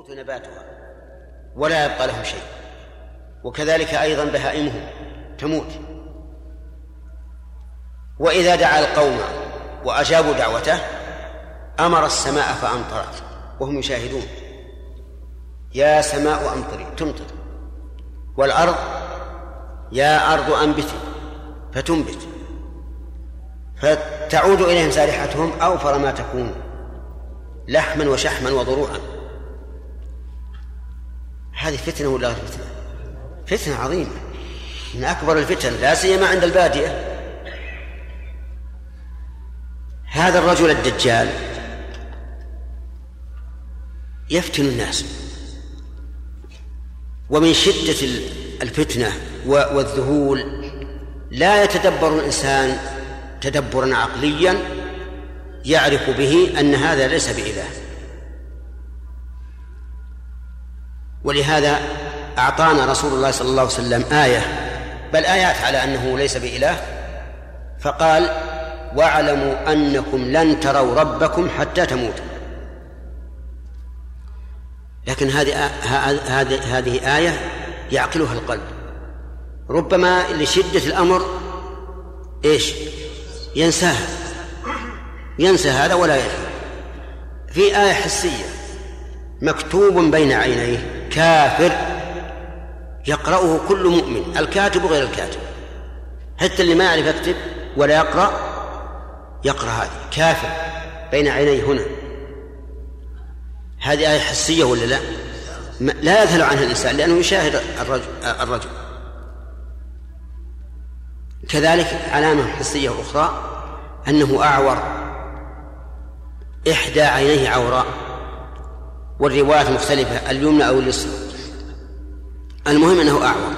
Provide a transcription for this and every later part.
يموت نباتها ولا يبقى لهم شيء، وكذلك أيضا بهائمهم تموت. وإذا دعا القوم وأجابوا دعوته أمر السماء فأمطرت وهم يشاهدون، يا سماء أمطري تمطر، والأرض يا أرض أنبتي فتنبت، فتعود إليهم سارحتهم أوفر ما تكون لحما وشحما وضروعا. هذه فتنة ولا غير فتنة؟ فتنة عظيمة من أكبر الفتن، لا سيما عند البادية. هذا الرجل الدجال يفتن الناس، ومن شدة الفتنة والذهول لا يتدبر الإنسان تدبرا عقليا يعرف به أن هذا ليس بإله. ولهذا أعطانا رسول الله صلى الله عليه وسلم آية، بل آيات على أنه ليس بإله، فقال: واعلموا أنكم لن تروا ربكم حتى تموتوا. لكن هذه آية يعقلها القلب، ربما لشدة الأمر ينسى هذا ولا يفهم. في آية حسية مكتوب بين عينيه كافر يقرأه كل مؤمن، الكاتب وغير الكاتب، حتى اللي ما يعرف يكتب ولا يقرأ هذه كافر بين عينيه هنا. هذه آية حسية ولا لا؟ لا يذهل عنها الإنسان لأنه يشاهد الرجل. كذلك علامة حسية أخرى أنه أعور، إحدى عينيه عوراء، والروايات مختلفة اليمنى أو اليسرى، المهم أنه أعور.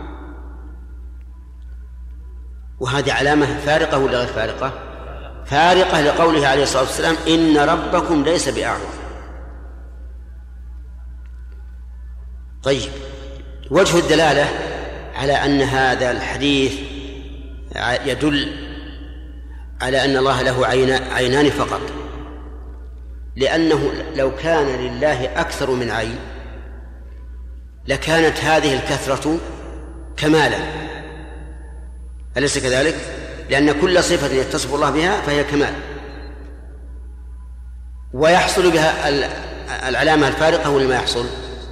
وهذه علامة فارقة ولا غير فارقة؟ فارقة، لقوله عليه الصلاة والسلام: إن ربكم ليس بأعور. طيب، وجه الدلالة على أن هذا الحديث يدل على أن الله له عينان فقط، لأنه لو كان لله أكثر من عين لكانت هذه الكثرة كمالا، أليس كذلك؟ لأن كل صفة يتصف الله بها فهي كمال، ويحصل بها العلامة الفارقة ولا ما يحصل؟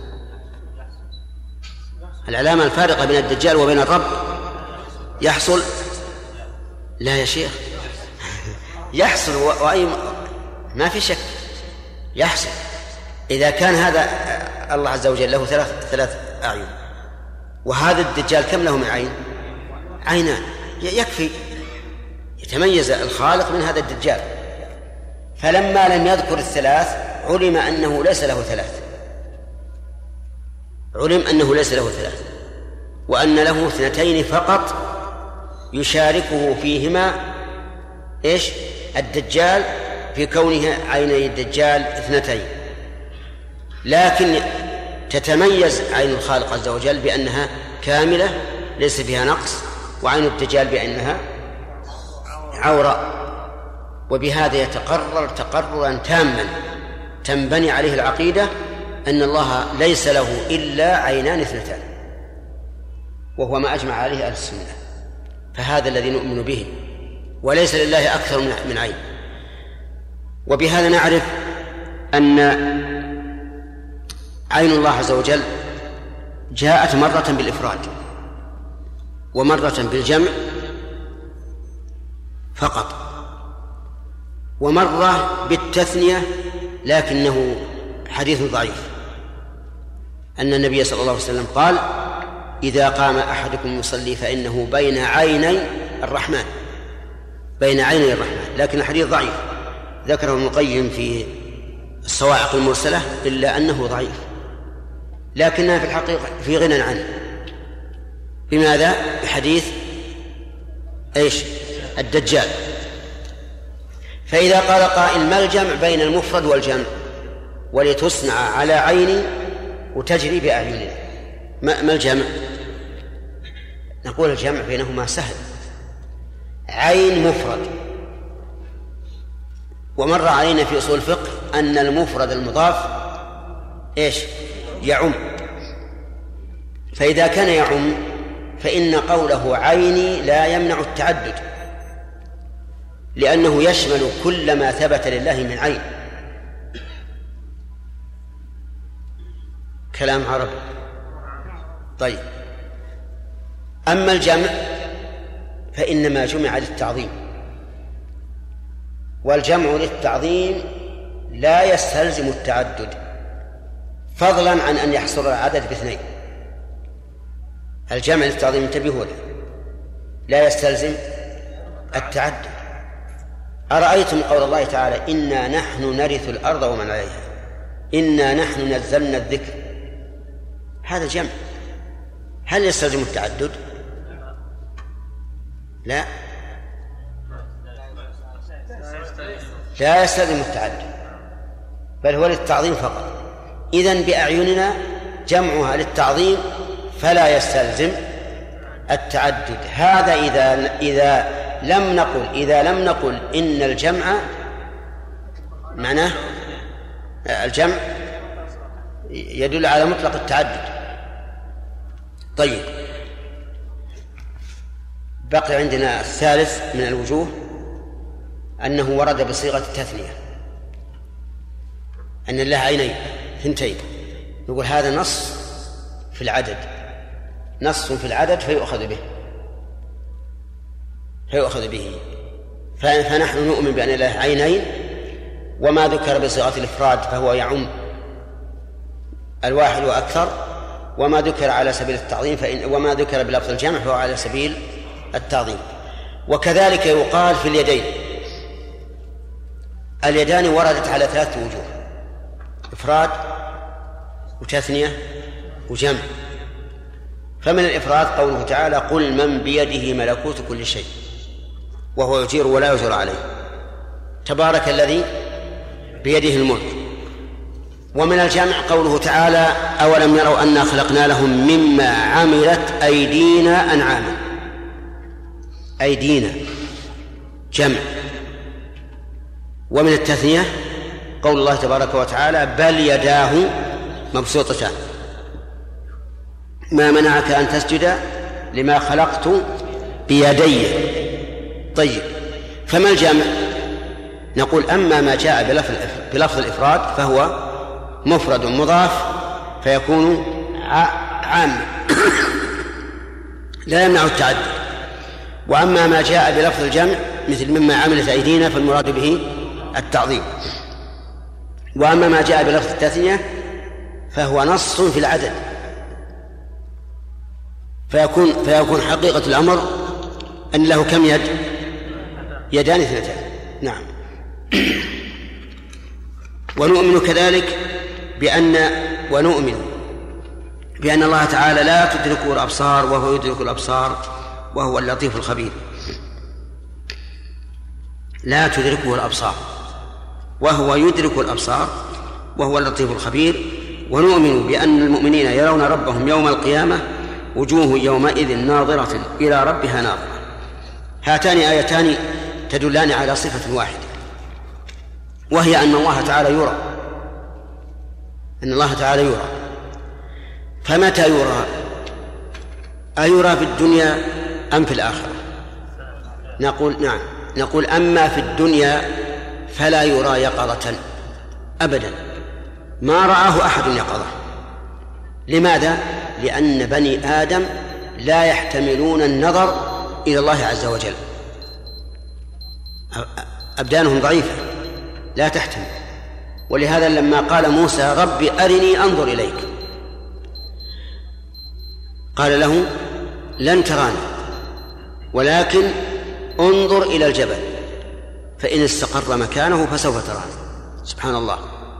العلامة الفارقة بين الدجال وبين الرب يحصل؟ لا يا شيخ، يحصل، وأي ما في شك يحصل. إذا كان هذا الله عز وجل له ثلاث أعين، وهذا الدجال كم له من عين؟ عينان، يكفي يتميز الخالق من هذا الدجال. فلما لم يذكر الثلاث علم أنه ليس له ثلاث، وأن له اثنتين فقط يشاركه فيهما الدجال، في كونه عيني الدجال اثنتين، لكن تتميز عين الخالق عز وجل بأنها كاملة ليس فيها نقص، وعين الدجال بأنها عوراء. وبهذا يتقرر تقررا تاما تنبني عليه العقيدة أن الله ليس له إلا عينان اثنتان، وهو ما أجمع عليه أهل السنة، فهذا الذي نؤمن به، وليس لله أكثر من عين. وبهذا نعرف أن عين الله عز وجل جاءت مرة بالإفراد ومرة بالجمع فقط، ومرة بالتثنية، لكنه حديث ضعيف، أن النبي صلى الله عليه وسلم قال: إذا قام أحدكم يصلي فإنه بين عيني الرحمن، لكن الحديث ضعيف، ذكره ابن القيم في الصواعق المرسلة، إلا أنه ضعيف، لكنها في الحقيقة في غنى عنه. بماذا؟ بحديث الدجال. فإذا قال قائل: ما الجمع بين المفرد والجمع؟ ولتصنع على عيني وتجري بأعيننا، ما الجمع؟ نقول الجمع بينهما سهل، عين مفرد. ومر علينا في أصول الفقه أن المفرد المضاف إيش؟ يعم. فإذا كان يعم فإن قوله عيني لا يمنع التعدد، لأنه يشمل كل ما ثبت لله من عين. كلام عربي. طيب، أما الجمع فإنما جمع للتعظيم، والجمع للتعظيم لا يستلزم التعدد، فضلا عن أن يحصل العدد باثنين. الجمع للتعظيم، انتبهوا له، لا يستلزم التعدد. أرأيتم قول الله تعالى إنا نحن نرث الأرض ومن عليها، إنا نحن نزلنا الذكر، هذا جمع، هل يستلزم التعدد؟ لا، لا يستلزم التعدد، بل هو للتعظيم فقط. إذن بأعيننا جمعها للتعظيم فلا يستلزم التعدد. هذا إذا لم نقل إن الجمع معناه الجمع يدل على مطلق التعدد. طيب، بقي عندنا الثالث من الوجوه أنه ورد بصيغة التثنية، أن الله عينين ثنتين. نقول هذا نص في العدد، نص في العدد فيؤخذ به. فنحن نؤمن بأن الله عينين، وما ذكر بصيغة الإفراد فهو يعم الواحد وأكثر، وما ذكر على سبيل التعظيم وما ذكر بلفظ الجمع فهو على سبيل التعظيم. وكذلك يقال في اليدين. اليدان وردت على 3 وجوه: إفراد وتثنية وجمع. فمن الإفراد قوله تعالى قل من بيده ملكوت كل شيء وهو يجير ولا يجر عليه، تبارك الذي بيده الملك. ومن الجمع قوله تعالى أولم يروا أنا خلقنا لهم مما عملت أيدينا أنعاما. أيدينا جمع. ومن التثنية قول الله تبارك وتعالى بل يداه مبسوطتان ما منعك أن تسجد لما خلقت بيدي. طيب، فما الجمع؟ نقول أما ما جاء بلفظ الإفراد فهو مفرد مضاف فيكون عام لا يمنع التعدد. وأما ما جاء بلفظ الجمع مثل مما عملت أيدينا فالمراد به التعظيم. وأما ما جاء بلفظ التثنية فهو نص في العدد، فيكون حقيقة الأمر أن له كم يد؟ يدان اثنتان. نعم. ونؤمن كذلك بأن الله تعالى لا تدركه الأبصار وهو يدرك الأبصار وهو اللطيف الخبير. لا تدركه الأبصار وهو يدرك الأبصار وهو اللطيف الخبير. ونؤمن بأن المؤمنين يرون ربهم يوم القيامة وجوه يومئذ ناظرة إلى ربها ناظرة. هاتان آيتان تدلان على صفة واحدة، وهي أن الله تعالى يرى، أن الله تعالى يرى. فمتى يرى؟ أيرى في الدنيا أم في الآخرة؟ نقول نعم، نقول أما في الدنيا فلا يرى يقظة أبدا، ما رآه أحد يقظة. لماذا؟ لأن بني آدم لا يحتملون النظر إلى الله عز وجل، أبدانهم ضعيفة لا تحتمل. ولهذا لما قال موسى ربي أرني أنظر إليك قال له لن تراني ولكن انظر إلى الجبل فإن استقر مكانه فسوف تراني. سبحان الله،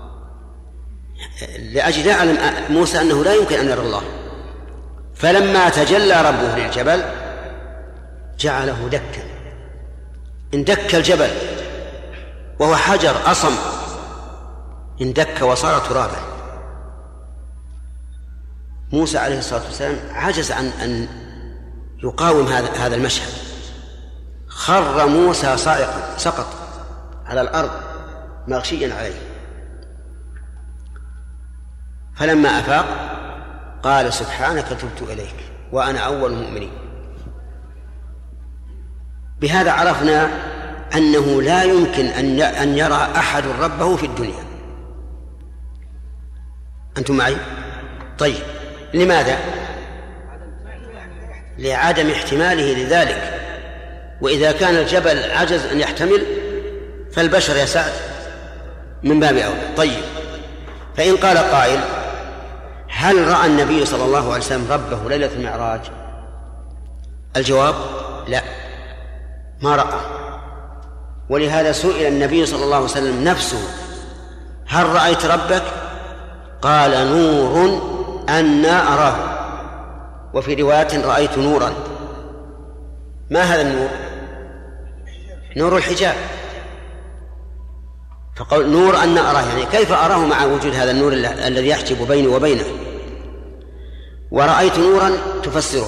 لأجل يعلم موسى أنه لا يمكن أن يرى الله. فلما تجلى ربه للجبل جعله دكا، اندك الجبل وهو حجر أصم، اندك وصار ترابا. موسى عليه الصلاة والسلام عجز عن أن يقاوم هذا المشهد، خر موسى صاعقا، سقط على الأرض مغشيا عليه. فلما أفاق قال سبحانك تبت إليك وأنا أول المؤمنين. بهذا عرفنا أنه لا يمكن أن يرى أحد ربه في الدنيا. أنتم معي؟ طيب لماذا؟ لعدم احتماله لذلك، وإذا كان الجبل عجز أن يحتمل فالبشر يا سعد من باب أولى. طيب فإن قال قائل هل رأى النبي صلى الله عليه وسلم ربه ليلة المعراج؟ الجواب لا، ما رأى. ولهذا سئل النبي صلى الله عليه وسلم نفسه هل رأيت ربك؟ قال نور أنا أراه، وفي رواية رأيت نورا. ما هذا النور؟ نور الحجاب. فقال نور أنا أراه، يعني كيف أراه مع وجود هذا النور الذي يحجب بيني وبينه؟ ورأيت نورا تفسرها.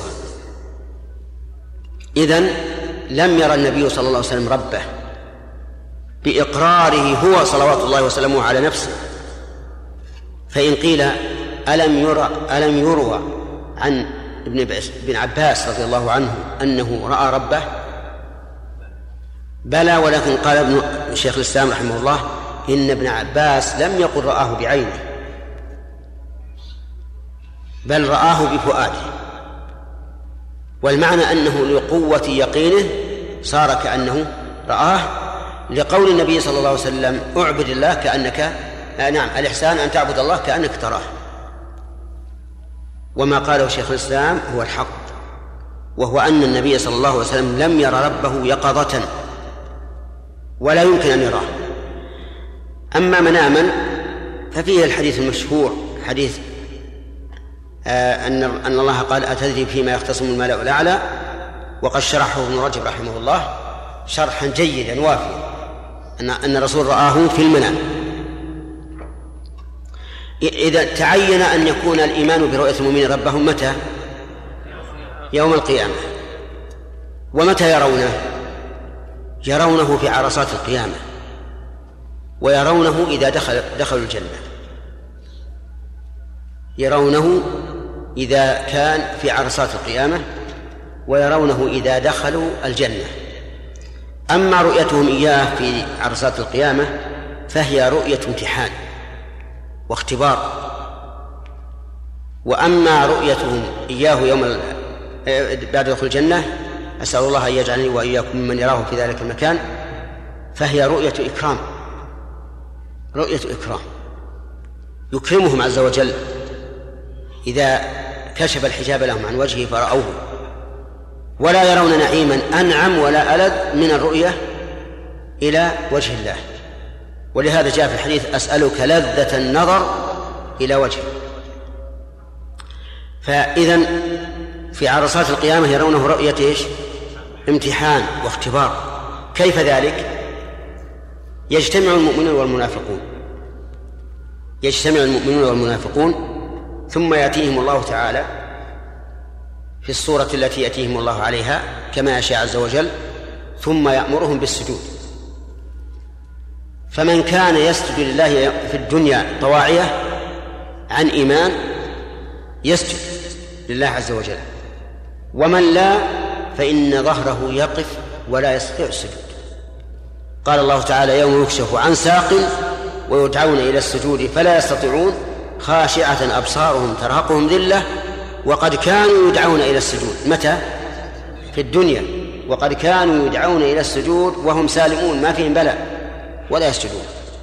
إذن لم يرى النبي صلى الله عليه وسلم ربه بإقراره هو صلوات الله وسلامه على نفسه. فإن قيل ألم يروى عن ابن عباس رضي الله عنه أنه رأى ربه؟ بلى، ولكن قال ابن شيخ الإسلام رحمه الله إن ابن عباس لم يقل رآه بعينه، بل رآه بفؤاده، والمعنى أنه لقوة يقينه صار كأنه رآه، لقول النبي صلى الله عليه وسلم اعبد الله كأنك الإحسان أن تعبد الله كأنك تراه. وما قاله شيخ الإسلام هو الحق، وهو أن النبي صلى الله عليه وسلم لم يرى ربه يقظة ولا يمكن أن يراه. أما مناما ففيه الحديث المشهور، حديث أن الله قال أتدري فيما يختصم الملأ الأعلى، وقد شرحه ابن رجب رحمه الله شرحا جيدا وافيا أن الرسول رآه في المنام. إذا تعين أن يكون الإيمان برؤية المؤمنين ربهم متى؟ يوم القيامة. ومتى يرونه؟ يرونه في عرصات القيامة، ويرونه إذا دخلوا الجنة، يرونه إذا كان في عرصات القيامة، ويرونه إذا دخلوا الجنة. أما رؤيتهم إياه في عرصات القيامة فهي رؤية امتحان واختبار، وأما رؤيتهم إياه يوم بعد دخول الجنة، أسأل الله أن يجعلني وإياكم ممن يراه في ذلك المكان، فهي رؤية إكرام، رؤية إكرام يكرمهم عز وجل إذا كشف الحجاب لهم عن وجهه فرأوه، ولا يرون نعيما أنعم ولا ألذ من الرؤية إلى وجه الله. ولهذا جاء في الحديث أسألك لذة النظر إلى وجهه. فإذن في عرصات القيامة يرونه رؤية إيش؟ امتحان واختبار. كيف ذلك؟ يجتمع المؤمنون والمنافقون، يجتمع المؤمنون والمنافقون ثم يأتيهم الله تعالى في الصورة التي يأتيهم الله عليها كما يشاء عز وجل، ثم يأمرهم بالسجود. فمن كان يسجد لله في الدنيا طواعية عن إيمان يسجد لله عز وجل، ومن لا فإن ظهره يقف ولا يستطيع السجود. قال الله تعالى يوم يكشف عن ساق ويدعون إلى السجود فلا يستطيعون خاشعة أبصارهم ترهقهم ذلة وقد كانوا يدعون إلى السجود. متى؟ في الدنيا. وقد كانوا يدعون إلى السجود وهم سالمون ما فيهم بلاء ولا يسجدون.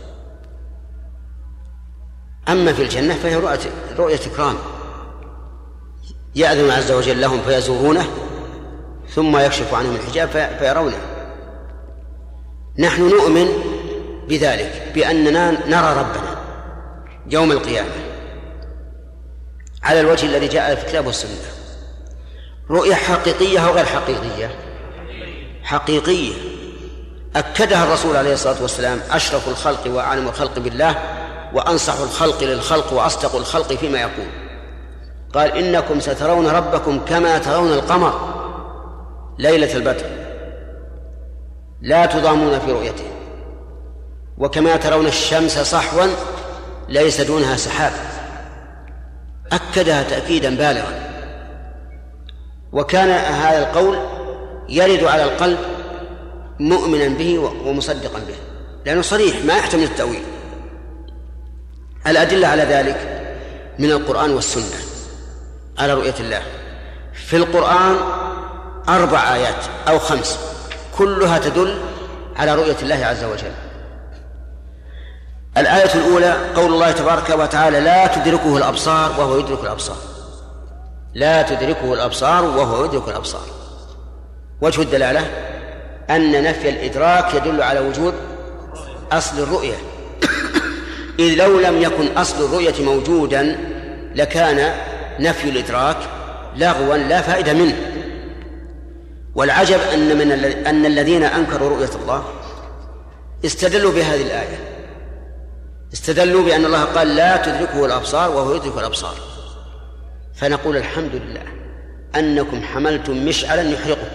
أما في الجنة فهي رؤية إكرام، يأذن عز وجل لهم فيزورونه ثم يكشف عنهم الحجاب فيرونه. نحن نؤمن بذلك، بأننا نرى ربنا يوم القيامة على الوجه الذي جاء في الكتاب والسنة. رؤية حقيقية أو غير حقيقية؟ حقيقية، أكدها الرسول عليه الصلاة والسلام أشرف الخلق وأعلم الخلق بالله وأنصح الخلق للخلق وأصدق الخلق فيما يقول. قال إنكم سترون ربكم كما ترون القمر ليلة البدر لا تضامون في رؤيته، وكما ترون الشمس صحوا ليس دونها سحاب. أكدها تأكيدا بالغا. وكان هذا القول يرد على القلب مؤمنا به ومصدقا به، لأنه صريح ما يحتمل التأويل. الأدلة على ذلك من القرآن والسنة على رؤية الله. في القرآن 4 آيات أو 5 كلها تدل على رؤية الله عز وجل. الآية الأولى قول الله تبارك وتعالى: لا تدركه الأبصار وهو يدرك الأبصار. لا تدركه الأبصار وهو يدرك الأبصار. وجه الدلالة أن نفي الإدراك يدل على وجود أصل الرؤية، إذ لو لم يكن أصل الرؤية موجودا لكان نفي الإدراك لغوا لا فائدة منه. والعجب أن الذين أنكروا رؤية الله استدلوا بهذه الآية، استدلوا بأن الله قال: لا تدركه الأبصار وهو يدرك الأبصار. فنقول الحمد لله أنكم حملتم مشعلا يحرقكم،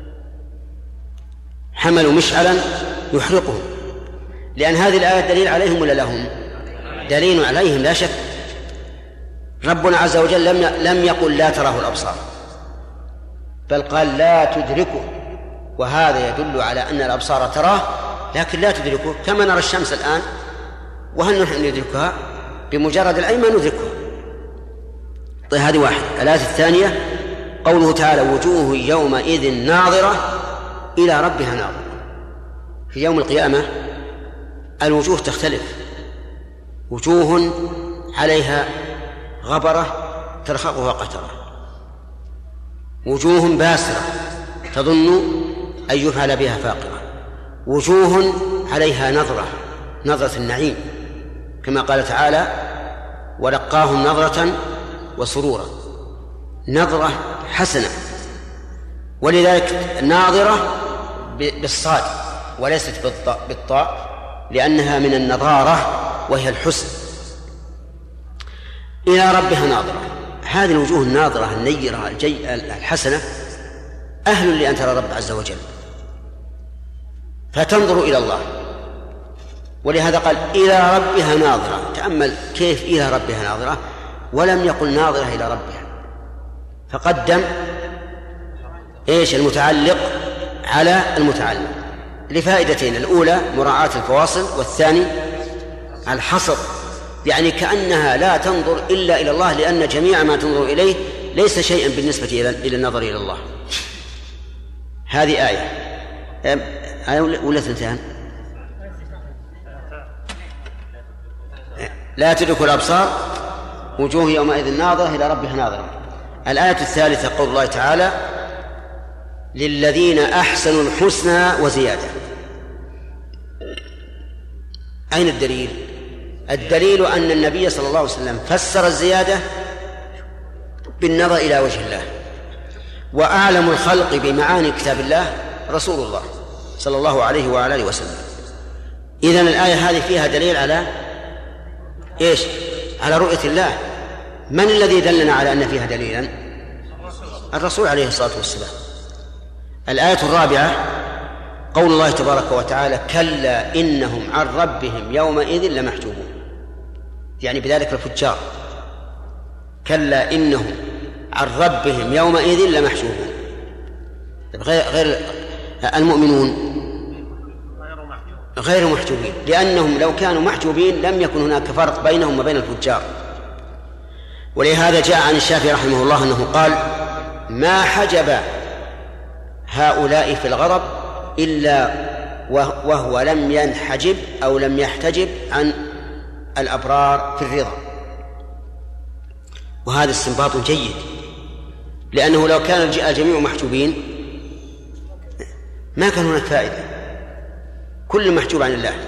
حملوا مشعلا يحرقهم، لأن هذه الآية دليل عليهم ولا لهم؟ دليل عليهم لا شك. ربنا عز وجل لم يقل لا تراه الأبصار، بل قال لا تدركه، وهذا يدل على أن الأبصار تراه لكن لا تدركه، كما نرى الشمس الآن وهل نحن ندركها؟ بمجرد العين ما ندركها. طيب هذه واحد. الآية الثانية قوله تعالى: وجوه يومئذ ناظرة إلى ربها ناظرة. في يوم القيامة الوجوه تختلف، وجوه عليها غبرة ترهقها قترة، وجوه باسرة تظن أن يفعل بها فاقرة، وجوه عليها نظرة النعيم، كما قال تعالى: ولقاهم نظرة وسرورا، نظرة حسنة. ولذلك ناظرة بالصاد وليست بالطاء، لأنها من النظارة وهي الحسن. إلى ربها ناظرة. هذه الوجوه الناظرة النيرة الحسنة أهل لأن ترى رب عز وجل، فتنظر إلى الله. ولهذا قال: إلى ربها ناظرة. تأمل كيف إلى ربها ناظرة ولم يقل ناظرة إلى ربها، فقدم المتعلق على المتعلق لفائدتين: الأولى مراعاة الفواصل، والثاني الحصر، يعني كأنها لا تنظر إلا إلى الله، لأن جميع ما تنظر إليه ليس شيئا بالنسبة إلى النظر إلى الله. هذه آية ولا ثنتان؟ لا تدرك الأبصار وجوه يومئذ ناظرة إلى ربها ناظرة. الآية الثالثة قول الله تعالى: للذين أحسنوا الحسنى وزيادة. أين الدليل؟ الدليل أن النبي صلى الله عليه وسلم فسر الزيادة بالنظر إلى وجه الله، وأعلم الخلق بمعاني كتاب الله رسول الله صلى الله عليه وعلى آله وسلم. إذن الآية هذه فيها دليل على على رؤية الله. من الذي دلنا على أن فيها دليلا؟ الرسول عليه الصلاة والسلام. الآية الرابعة قول الله تبارك وتعالى: كلا إنهم عن ربهم يومئذ لمحجوبون، يعني بذلك الفجار. كلا إنهم عن ربهم يومئذ لمحجوبون. غير المؤمنون غير محجوبين، لأنهم لو كانوا محجوبين لم يكن هناك فرق بينهم وبين الفجار. ولهذا جاء عن الشافعي رحمه الله أنه قال: ما حجب هؤلاء في الغضب إلا وهو لم ينحجب أو لم يحتجب عن الأبرار في الرضا. وهذا استنباط جيد، لأنه لو كان الجميع محجوبين ما كان هناك فائدة، كل محجوب عن الله.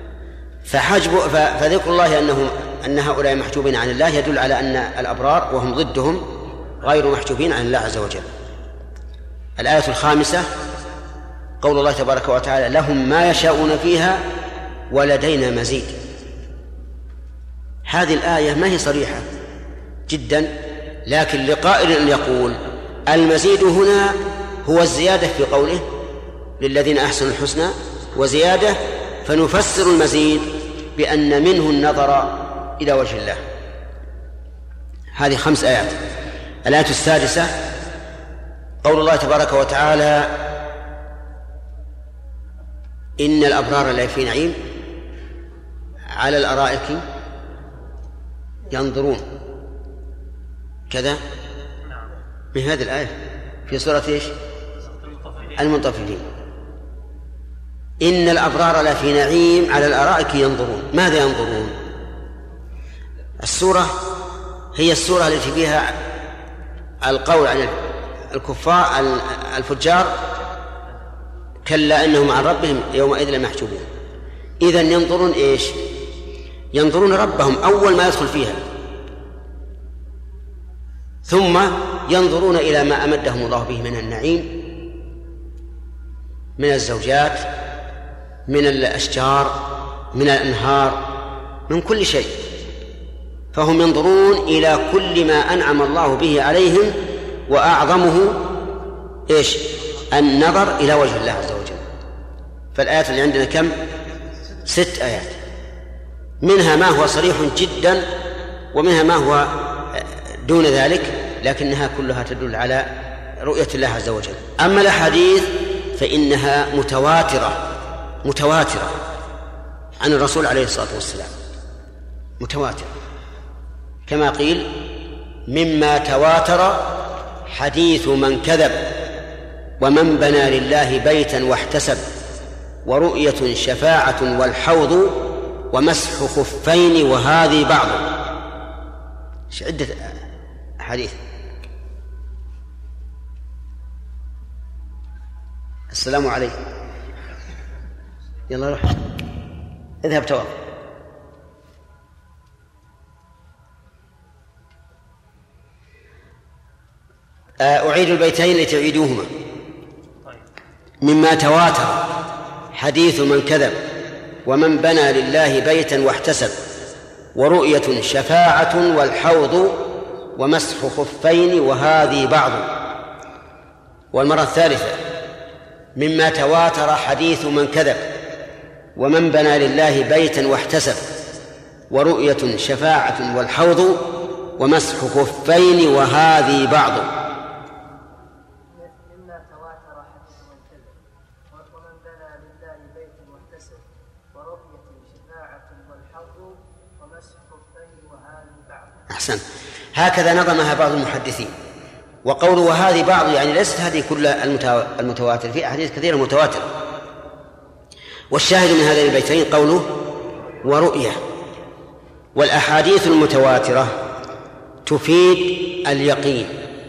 فذكر الله أن هؤلاء محجوبين عن الله يدل على أن الأبرار وهم ضدهم غير محجوبين عن الله عز وجل. الآية الخامسة قول الله تبارك وتعالى: لهم ما يشاءون فيها ولدينا مزيد. هذه الآية ما هي صريحة جدا، لكن لقائل أن يقول المزيد هنا هو الزيادة في قوله للذين أحسنوا الحسنى وزيادة، فنفسر المزيد بأن منه النظر إلى وجه الله. هذه 5 آيات. الآية السادسة قول الله تبارك وتعالى: إن الأبرار لفي نعيم على الأرائك ينظرون كذا. من هذه الآية في سورة إيش؟ المطففين. إن الأبرار لفي نعيم على الأرائك ينظرون. ماذا ينظرون؟ السورة هي السورة التي فيها القول عن الكفار الفجار: كلا إنهم عن ربهم يومئذ لمحجوبون. إذن ينظرون إيش؟ ينظرون ربهم أول ما يدخل فيها، ثم ينظرون إلى ما أمدهم الله به من النعيم، من الزوجات، من الأشجار، من الأنهار، من كل شيء. فهم ينظرون إلى كل ما أنعم الله به عليهم، وأعظمه إيش؟ النظر إلى وجه الله عز وجل. فالآيات اللي عندنا كم؟ 6 آيات، منها ما هو صريح جدا ومنها ما هو دون ذلك، لكنها كلها تدل على رؤية الله عز وجل. أما الأحاديث فإنها متواترة عن الرسول عليه الصلاة والسلام، متواترة، كما قيل: مما تواتر حديث من كذب، ومن بنى لله بيتا واحتسب، ورؤية شفاعة والحوض، ومسح خفين وهذه بعض. عدة حديث. السلام عليكم. يلا روح اذهب توضأ. أعيد البيتين لتعيدوهما. مما تواتر حديث من كذب، ومن بنى لله بيتا واحتسب، ورؤية شفاعة والحوض، ومسح خفين وهذه بعض. والمرة الثالثة: مما تواتر حديث من كذب، ومن بنى لله بيتا واحتسب، ورؤية شفاعة والحوض، ومسح خفين وهذه بعض. أحسن. هكذا نظمها بعض المحدثين. وقوله وهذه بعض يعني ليست هذه كل المتواتر، في أحاديث كثيرة متواترة. والشاهد من هذين البيتين قوله ورؤية. والأحاديث المتواترة تفيد اليقين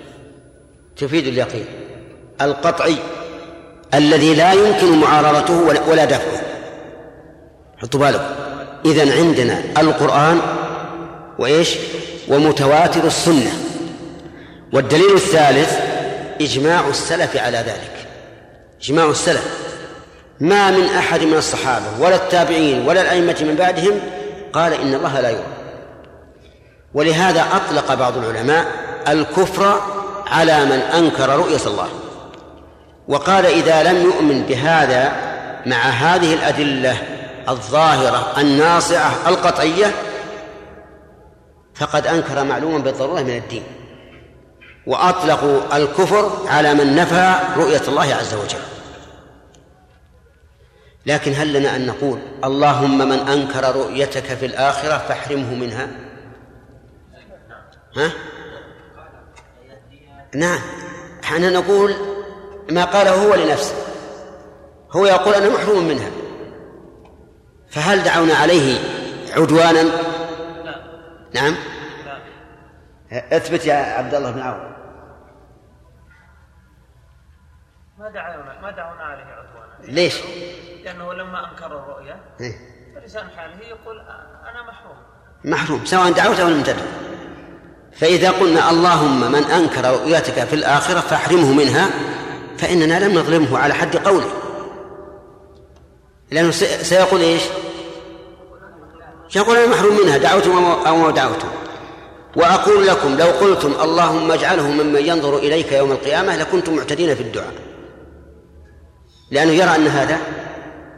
القطعي الذي لا يمكن معارضته ولا دفعه. حطوا بالكم. إذن عندنا القرآن وإيش؟ ومتواتر السنة. والدليل الثالث إجماع السلف على ذلك. إجماع السلف، ما من أحد من الصحابة ولا التابعين ولا الأئمة من بعدهم قال إن الله لا يرى. ولهذا أطلق بعض العلماء الكفر على من أنكر رؤية الله، وقال إذا لم يؤمن بهذا مع هذه الأدلة الظاهرة الناصعة القطعية فقد أنكر معلوما بالضرورة من الدين. وأطلقوا الكفر على من نفى رؤية الله عز وجل. لكن هل لنا أن نقول اللهم من أنكر رؤيتك في الآخرة فاحرمه منها؟ ها؟ نعم، احنا نقول ما قاله هو لنفسه، هو يقول أنا محروم منها، فهل دعونا عليه عدوانا؟ لا. نعم. لا. اثبت يا عبد الله بن عون. ما دعونا عليه عدوانا. ليش؟ لأنه لما أنكر الرؤية فلسان حاله يقول أنا محروم سواء دعوت أو لم تدعو. فإذا قلنا اللهم من أنكر رؤيتك في الآخرة فاحرمه منها فإننا لم نظلمه على حد قوله، لأنه سيقول إيش؟ يقول أنا محروم منها دعوتم أو ما دعوتم. وأقول لكم لو قلتم اللهم اجعله ممن ينظر إليك يوم القيامة لكنتم معتدين في الدعاء، لأنه يرى أن هذا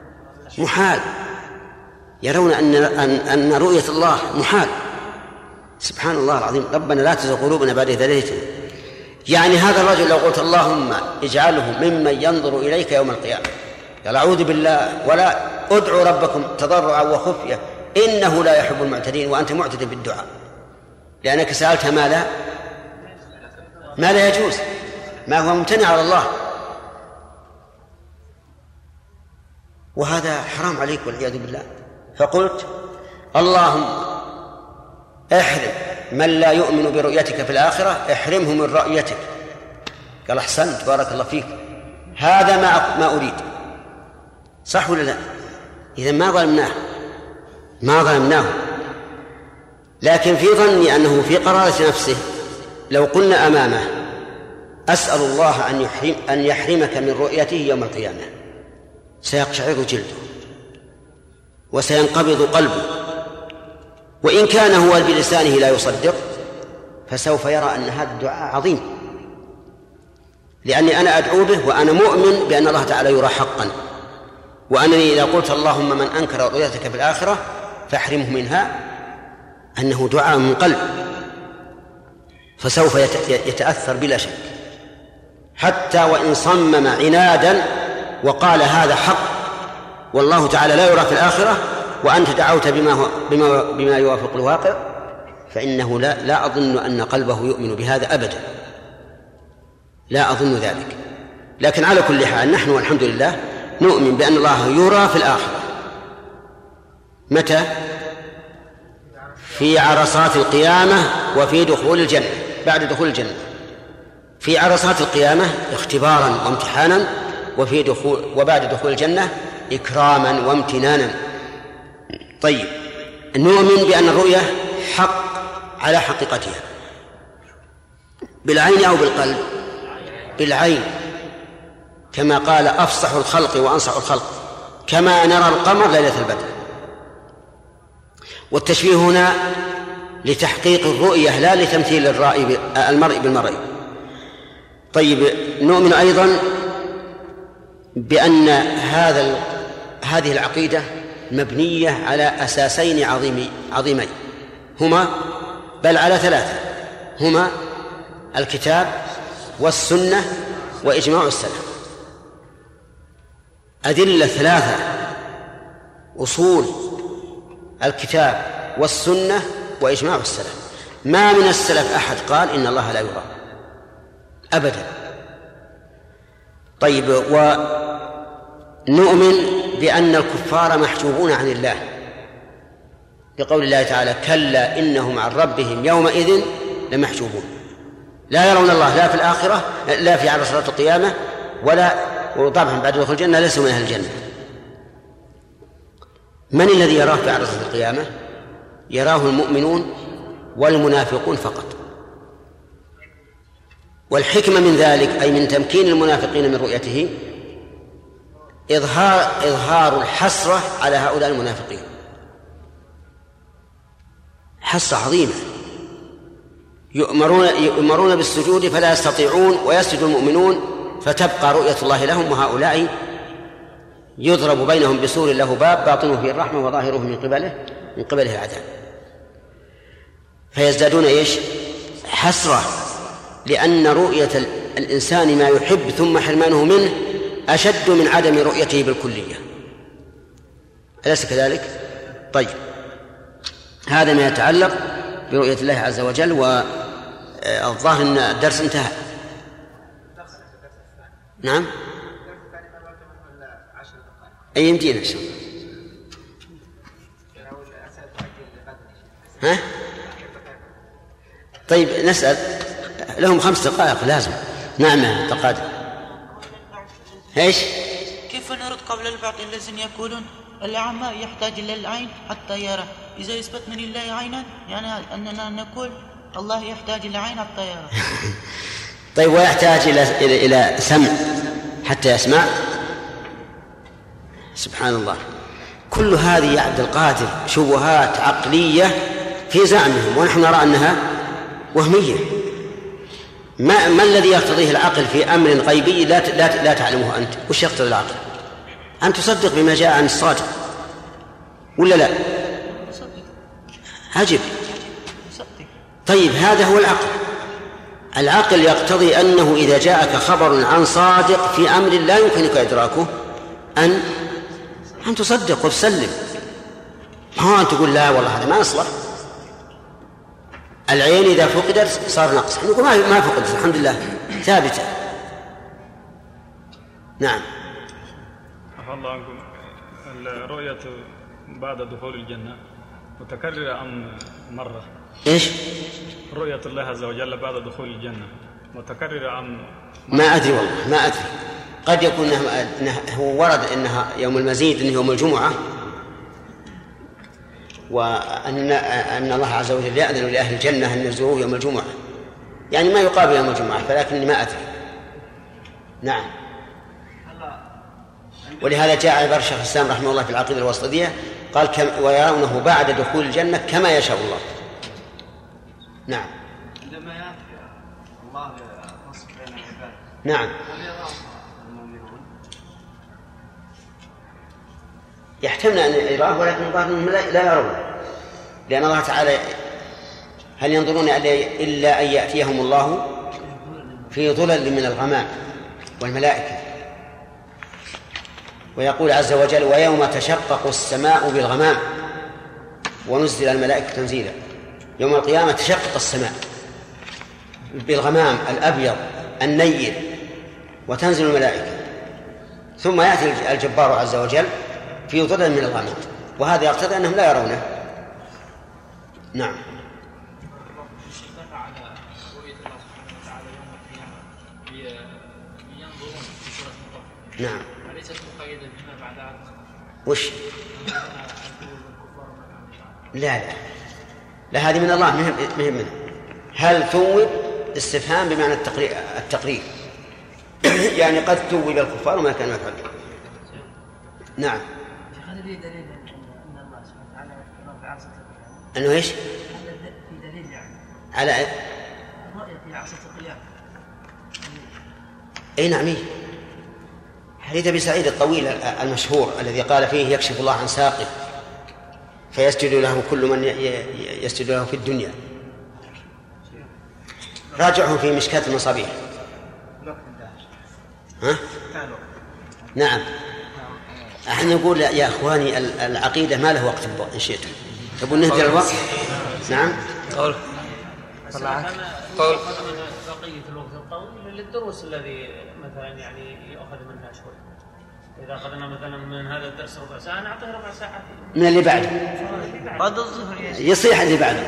محال، يرون أن رؤية الله محال. سبحان الله العظيم. ربنا لا تزغ قلوبنا بعد إذ هديتنا. يعني هذا الرجل لو قلت اللهم اجعله ممن ينظر إليك يوم القيامة، قال أعوذ بالله، ولا ادعوا ربكم تضرعا وخفية إنه لا يحب المعتدين، وأنت معتد بالدعاء لأنك سألت ما لا يجوز، ما هو ممتنع على الله، وهذا حرام عليك والعياذ بالله. فقلت اللهم احرم من لا يؤمن برؤيتك في الآخرة، احرمه من رؤيتك. قال أحسنت بارك الله فيك، هذا ما أريد. صح ولا لا؟ إذن ما ظلمناه، لكن في ظني أنه في قرارة نفسه لو قلنا أمامه أسأل الله أن يحرمك من رؤيته يوم القيامة، سيقشعر جلده وسينقبض قلبه، وإن كان هو بلسانه لا يصدق فسوف يرى أن هذا الدعاء عظيم، لأني أنا أدعو به وأنا مؤمن بأن الله تعالى يرى حقا، وأنني إذا قلت اللهم من أنكر رؤيتك في الآخرة فاحرمه منها أنه دعاء من قلب، فسوف يتأثر بلا شك، حتى وإن صمم عنادا وقال هذا حق والله تعالى لا يرى في الآخرة وأنت دعوت بما يوافق الواقع، فإنه لا أظن أن قلبه يؤمن بهذا أبدا، لا أظن ذلك. لكن على كل حال نحن والحمد لله نؤمن بأن الله يرى في الآخرة. متى؟ في عرصات القيامة وفي دخول الجنة، بعد دخول الجنة. في عرصات القيامة اختبارا وامتحانا، وبعد دخول الجنة إكراما وامتنانا. طيب، نؤمن بأن الرؤية حق على حقيقتها بالعين أو بالقلب؟ بالعين، كما قال أفصح الخلق وأنصح الخلق كما نرى القمر ليلة البدر. والتشبيه هنا لتحقيق الرؤية لا لتمثيل المرء بالمرء. طيب، نؤمن أيضا بأن هذه العقيدة مبنية على أساسين عظيمين، هما بل على ثلاثة، هما الكتاب والسنة وإجماع السلف. أدلة ثلاثة، أصول الكتاب والسنة وإجماع السلف. ما من السلف أحد قال إن الله لا يرى أبدا. طيب، ونؤمن بأن الكفار محجوبون عن الله بقول الله تعالى كلا إنهم عن ربهم يومئذ لمحجوبون، لا يرون الله لا في الآخرة لا في عرصات القيامة وطبعا بعد دخول الجنة ليسوا من أهل الجنة. من الذي يراه في عرصات القيامة؟ يراه المؤمنون والمنافقون فقط. والحكمة من ذلك أي من تمكين المنافقين من رؤيته إظهار الحسرة على هؤلاء المنافقين، حسرة عظيمة، يؤمرون بالسجود فلا يستطيعون ويسجد المؤمنون فتبقى رؤية الله لهم، وهؤلاء يضرب بينهم بسور له باب باطنه فيه الرحمة وظاهره من قبله العذاب، فيزدادون حسرة، لأن رؤية الإنسان ما يحب ثم حرمانه منه أشد من عدم رؤيته بالكلية، أليس كذلك؟ طيب، هذا ما يتعلق برؤية الله عز وجل. والظاهر أن الدرس انتهى. نعم، أي يمدينا إن شاء الله. ها؟ طيب، نسأل لهم 5 دقائق لازم. نعم تقادم. ايش؟ كيف نرد قول البعض الذين يقولون الأعمى يحتاج إلى العين حتى يرى؟ إذا يثبت من الله عينا يعني أننا نقول الله يحتاج إلى عين حتى يرى. طيب، ويحتاج إلى سمع حتى يسمع؟ سبحان الله، كل هذه يا عبد القادر شبهات عقلية في زعمهم، ونحن نرى أنها وهمية. ما الذي يقتضيه العقل في أمر غيبي لا تعلمه أنت؟ وش يقتضي العقل؟ أن تصدق بما جاء عن الصادق ولا لا؟ عجب. طيب هذا هو العقل. العقل يقتضي أنه إذا جاءك خبر عن صادق في أمر لا يمكنك إدراكه أن تصدق وتسلم. ما أن تقول لا والله هذا ما يصلح. العين إذا فقدت صار نقص، نقول ما فقدت الحمد لله ثابتة. نعم. الله عنكم، الرؤية بعد دخول الجنة متكررة أم مرة؟ إيش؟ رؤية الله عز وجل بعد دخول الجنة متكررة أم ما أدري والله ما أدري. قد يكون هو ورد أنها يوم المزيد أنه يوم الجمعة، وأن الله عز وجل يأذن لأهل الجنة أن يزوروه يوم الجمعة، يعني ما يقابل يوم الجمعة، فلكنني ما أدري. نعم. ولهذا جاء عبارة شيخ الإسلام رحمه الله في العقيدة الوسطية قال ويرونه بعد دخول الجنة كما يشاء الله. نعم. عندما يأتي الله يفصل بين العباد. نعم. هل يراه المؤمنون؟ يحتمل أن يراه، ولكن الظاهر أنهم لا يرون، لأن الله تعالى هل ينظرون إلا أن يأتيهم الله في ظلل من الغمام والملائكة. ويقول عز وجل ويوم تشقق السماء بالغمام ونزل الملائكة تنزيلا. يوم القيامة تشقق السماء بالغمام الأبيض النير وتنزل الملائكة، ثم يأتي الجبار عز وجل في ظلل من الغمام، وهذا يقتضي أنهم لا يرونه. نعم. نعم. وش؟ لا هذه من الله مهم منه. هل ثوب استفهام بمعنى التقرير يعني قد ثوب الكفار وما كانوا يفعلون. نعم. هذا فيه دليل أن الله سبحانه وتعالى في عرصة القيامة. أنه إيش؟ هذا في دليل يعني على الرؤية في عرصة القيامة. أي نعم. حديث أبي سعيد الطويل المشهور الذي قال فيه يكشف الله عن ساقه فيسجد له كل من يسجد له في الدنيا. راجعه في مشكاة المصابيح. ها؟ نعم. احنا نقول يا اخواني العقيدة ما له وقت إن شئتم. تبون نهدر الوقت؟ نعم. قول بقية الوقت القوي للدروس الذي مثلا يعني يأخذ منها شوي. إذا أخذنا مثلا من هذا الدرس ربع ساعة نعطيه ربع ساعة من اللي بعده بعد الظهر يصيح اللي بعده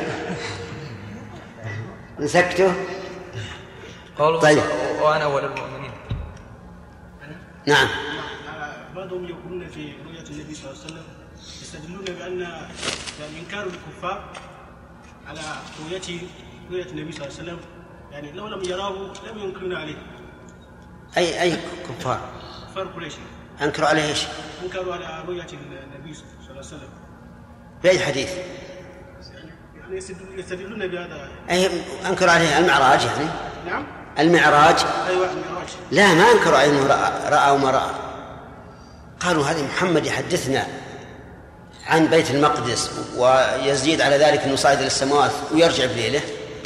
نسكته. طيب. وأنا أول المؤمنين. نعم. بعضهم يقولون في رؤية النبي صلى الله عليه وسلم يستدلون بأن إنكار الكفار على رؤية النبي صلى الله عليه وسلم يعني لو لم يراه لم ينكرون عليه. أي كفار؟ كفار قريش. أنكروا عليه إيش؟ أنكروا على رؤية النبي صلى الله عليه وسلم. بأي حديث؟ يعني يستدلون بهذا. أي أنكروا عليه المعراج يعني؟ نعم. المعراج. أيوة المعراج. لا ما أنكروا عليه أنه رأى وما رأى. قالوا هذا محمد يحدثنا عن بيت المقدس ويزيد على ذلك أنه صعد إلى السماوات ويرجع بليله.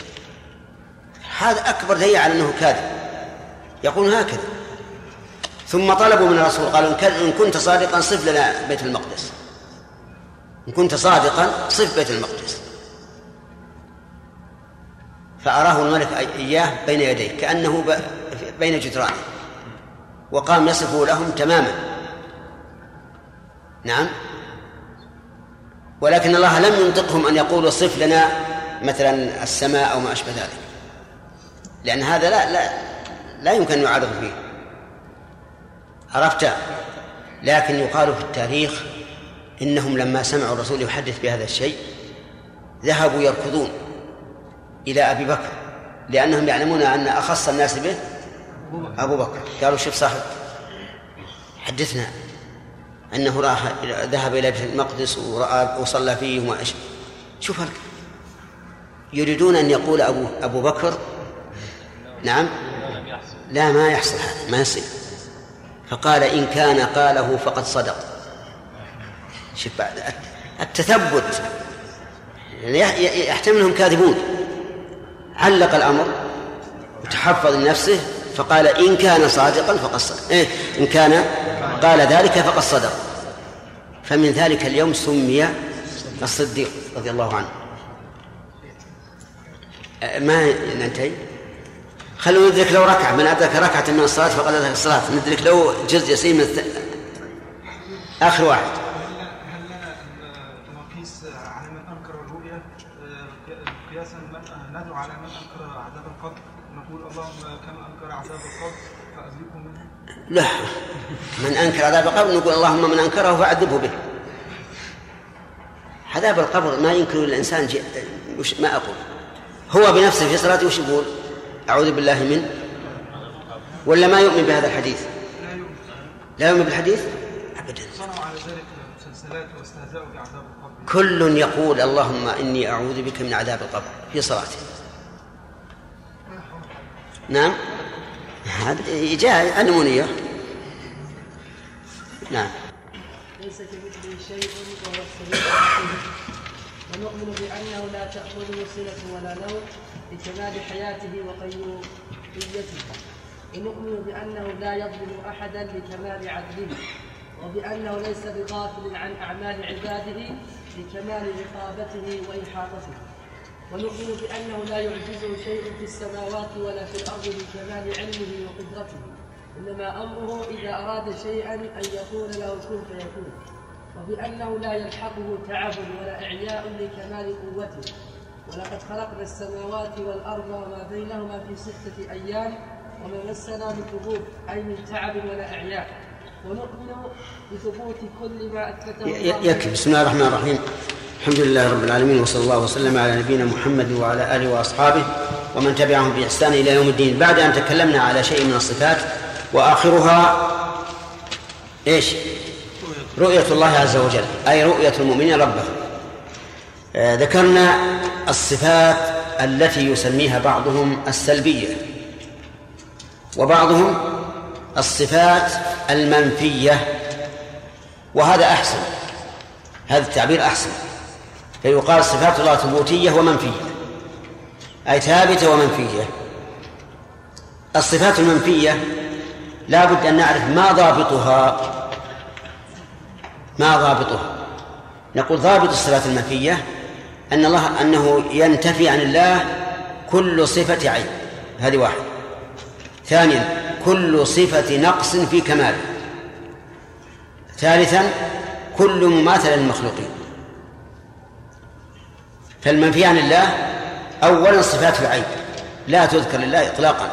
هذا أكبر دليل على أنه كاذب. يقول هكذا. ثم طلبوا من الرسول قالوا إن كنت صادقا صف لنا بيت المقدس. إن كنت صادقا صف بيت المقدس. فأراه الملك إياه بين يديه كأنه بين جدرانه وقام يصفه لهم تماما. نعم. ولكن الله لم ينطقهم أن يقولوا صف لنا مثلا السماء أو ما أشبه ذلك، لأن هذا لا يمكن أن يعارض فيه. عرفت؟ لكن يقال في التاريخ إنهم لما سمعوا الرسول يحدث بهذا الشيء ذهبوا يركضون إلى أبي بكر، لأنهم يعلمون أن أخص الناس به أبو بكر. قالوا شوف صاحب حدثنا أنه ذهب إلى بيت المقدس ورأى وصلى فيه وما أشبه. شوف يريدون أن يقول أبو بكر نعم لا ما يحصل هذا ما يصير. فقال إن كان قاله فقد صدق. شوف بعد التثبت يحتملهم كاذبون علق الأمر وتحفظ لنفسه فقال إن كان صادقا فقد صدق، إن كان قال ذلك فقد صدق. فمن ذلك اليوم سمي الصديق رضي الله عنه. ما ننتهي، خلونا ندرك لو ركعة، من أدرك ركعة من الصلاة فقد أدرك الصلاة، ندرك لو جزء يسير من آخر واحد. هل لنا نقيس على من أنكر الرؤيا قياسا ندعو على من أنكر عذاب القبر، نقول اللهم كما أنكر عذاب القبر فأذيكم منه؟ لا، من أنكر عذاب القبر نقول اللهم من أنكره فأعذبه به. عذاب القبر ما ينكر الإنسان ما أقول، هو بنفسه في صلاته وش يقول؟ أعوذ بالله من، ولا ما يؤمن بهذا الحديث؟ لا يؤمن بالحديث أبدا. صنعوا على ذلك مسلسلات واستهزأوا بعذاب القبر. كل يقول اللهم إني أعوذ بك من عذاب القبر في صلاته. نعم، هذا جاء أنمونية. نعم. ليس كمثله شيء وهو السميع البصير، ونؤمن بأنه لا تأخذه سنة ولا نوم لكمال حياته وقيوميته، ونؤمن بأنه لا يظلم أحدا لكمال عدله، وبأنه ليس بغافل عن أعمال عباده لكمال رقابته وإحاطته، ونؤمن بأنه لا يعجزه شيء في السماوات ولا في الأرض لكمال علمه وقدرته، إنما أمره إذا أراد شيئا أن يقول له كن فيكون، وبأنه لا يلحقه تعب ولا إعياء لكمال قوته، ولقد خلقنا السماوات والأرض وما بينهما في 6 أيام وما مسنا من لغوب أي من تعب ولا إعياء، ونؤمن بثبوت كل ما أثبته الله. يكفي. بسم الله الرحمن الرحيم، الحمد لله رب العالمين، وصلى الله وسلم على نبينا محمد وعلى آله وأصحابه ومن تبعهم بإحسان إلى يوم الدين. بعد أن تكلمنا على شيء من الصفات وآخرها إيش؟ رؤية الله عز وجل، أي رؤية المؤمنين ربهم. ذكرنا الصفات التي يسميها بعضهم السلبية، وبعضهم الصفات المنفية، وهذا أحسن، هذا التعبير أحسن، فيقال صفات الله ثبوتية ومنفية، أي ثابتة ومنفية. الصفات المنفية لا بد أن نعرف ما ضابطها. نقول ضابط الصفات المنفية أنه ينتفي عن الله كل صفة عيب، هذه واحد. ثانيا كل صفة نقص في كماله. ثالثا كل مماثلة للمخلوقين. فالمنفي عن الله أولا صفات العيب لا تذكر لله إطلاقا،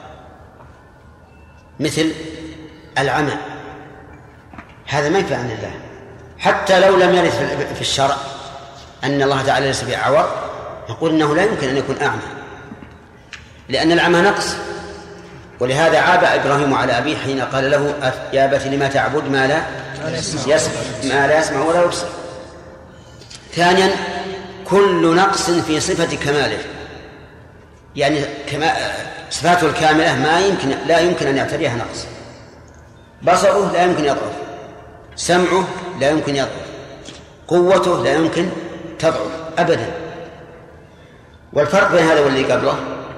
مثل العمى، هذا منفي عن الله، حتى لو لم يرد في الشرع أن الله تعالى ليس بأعور، نقول إنه لا يمكن أن يكون أعمى، لأن العمى نقص. ولهذا عاب إبراهيم على أبيه حين قال له يا أبت لما تعبد ما لا يسمع ولا يبصر. ثانيا كل نقص في صفة كماله، يعني صفاته الكاملة لا يمكن أن يعتريها نقص. بصره لا يمكن يضعف، سمعه لا يمكن يضعف، قوته لا يمكن تضعف أبدا. والفرق بين هذا والذي قبله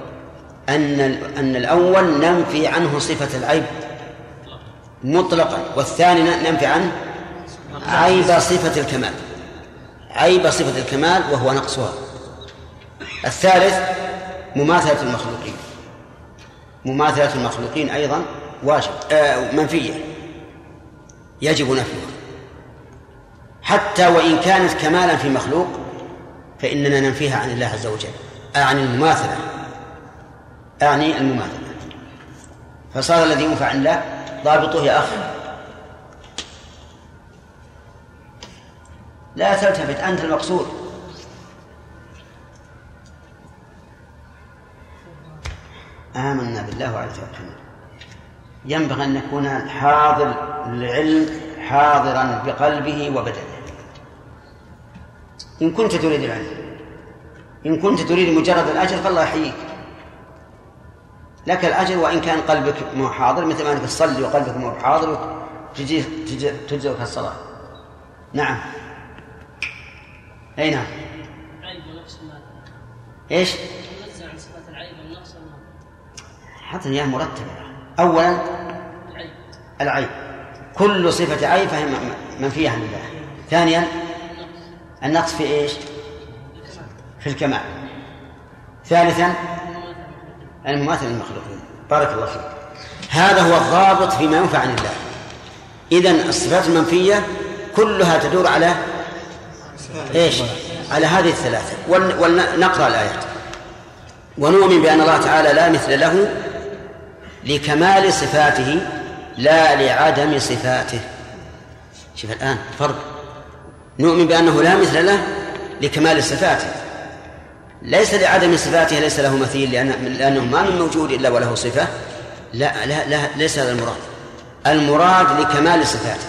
أن الأول ننفي عنه صفة العيب مطلقا، والثاني ننفي عنه عيب صفة الكمال، عيب صفة الكمال وهو نقصها. الثالث مماثلة المخلوقين أيضا واجب منفية يجب نفيها، حتى وإن كانت كمالا في مخلوق فإننا ننفيها عن الله عز وجل، عن المماثلة، أعني المماثلة. فصار الذي ينفع عن الله ضابطه يا أخي. لا تلتفت، أنت المقصود. آمنا بالله وعلى توكلنا. ينبغي أن نكون حاضر للعلم حاضرا بقلبه وبدنه. إن كنت تريد العلم، إن كنت تريد مجرد الأجر فالله يحييك، لك الأجر وإن كان قلبك مو حاضر، مثل ما أنك تصلي وقلبك مو حاضر تجزئك الصلاة. نعم. أي نعم. إيش؟ ينزع عن صفات حتى هي مرتبة. أولا العيب، كل صفة عيب فهي منفية عن الله. ثانيا النقص في إيش؟ في الكمال. ثالثا المماثل للمخلوقين. بارك الله فيك. هذا هو الضابط فيما ينفع عن الله. إذن الصفات المنفية كلها تدور على إيش؟ على هذه الثلاثة. ونقرأ الآيات. ونؤمن بأن الله تعالى لا مثل له لكمال صفاته لا لعدم صفاته. شوف الآن فرق. نؤمن بأنه لا مثل له لكمال صفاته، ليس لعدم صفاته، ليس له مثيل لأنه ما من موجود إلا وله صفة. لا ليس هذا المراد. المراد لكمال صفاته.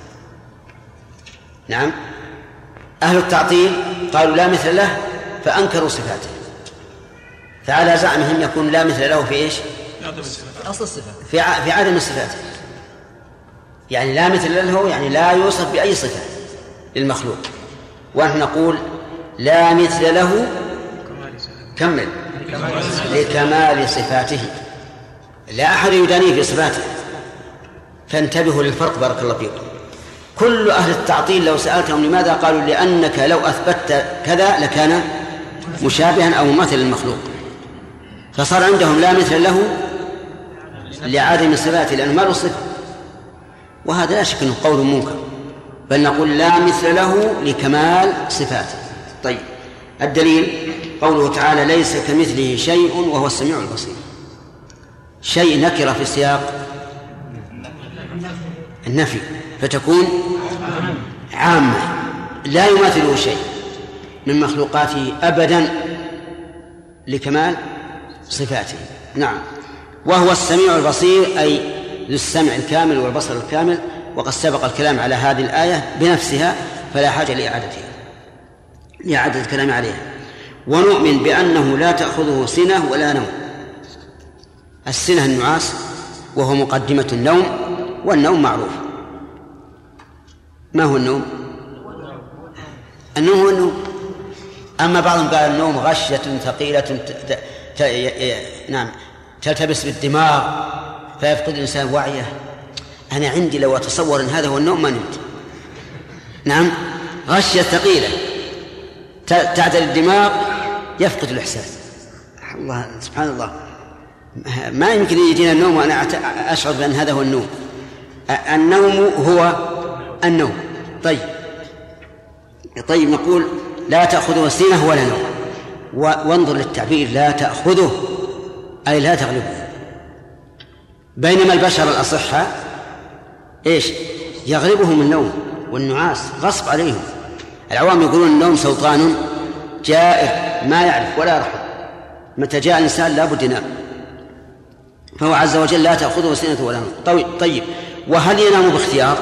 نعم، أهل التعطيل قالوا لا مثل له فأنكروا صفاته، فعلى زعمهم يكون لا مثل له في إيش؟ أصل الصفة في عدم الصفات. يعني لا مثل له يعني لا يوصف بأي صفة للمخلوق. ونحن نقول لا مثل له كمل لكمال صفاته، لا أحد يدانيه في صفاته. فانتبهوا للفرق بارك الله فيكم. كل أهل التعطيل لو سألتهم لماذا قالوا لأنك لو أثبتت كذا لكان مشابها أو مماثل للمخلوق، فصار عندهم لا مثل له لعدم صفاته لأنه ما له صفة، وهذا لا شك أنه قول منكر، بل نقول لا مثل له لكمال صفاته. طيب، الدليل قوله تعالى ليس كمثله شيء وهو السميع البصير. شيء نكرة في سياق النفي فتكون عامة، لا يماثله شيء من مخلوقاته أبدا لكمال صفاته. نعم، وهو السميع البصير أي ذو السمع الكامل والبصر الكامل، وقد سبق الكلام على هذه الآية بنفسها فلا حاجة لإعادة الكلام عليها. ونؤمن بأنه لا تأخذه سنة ولا نوم. السنة النعاس وهو مقدمة النوم، والنوم معروف. ما هو النوم؟ النوم هو النوم. أما بعضهم قال النوم غشية ثقيلة نعم تلتبس بالدماغ فيفقد الإنسان وعيه. أنا عندي لو أتصور أن هذا هو النوم ما نمت. نعم، غشية ثقيلة تعدل الدماغ يفقد الإحساس. الله سبحان الله، ما يمكن يجينا النوم وأنا أشعر بأن هذا هو النوم. النوم هو النوم. طيب نقول لا تأخذه سنة ولا نوم. وانظر للتعبير لا تأخذه أي لا تغلبه، بينما البشر الأصحاء إيش يغلبهم النوم والنعاس غصب عليهم. العوام يقولون النوم سلطان جائر ما يعرف ولا يرحم، متى جاء الإنسان لا بد ينام. فهو عز وجل لا تأخذه سنة ولا نوم. طيب وهل ينام باختيار؟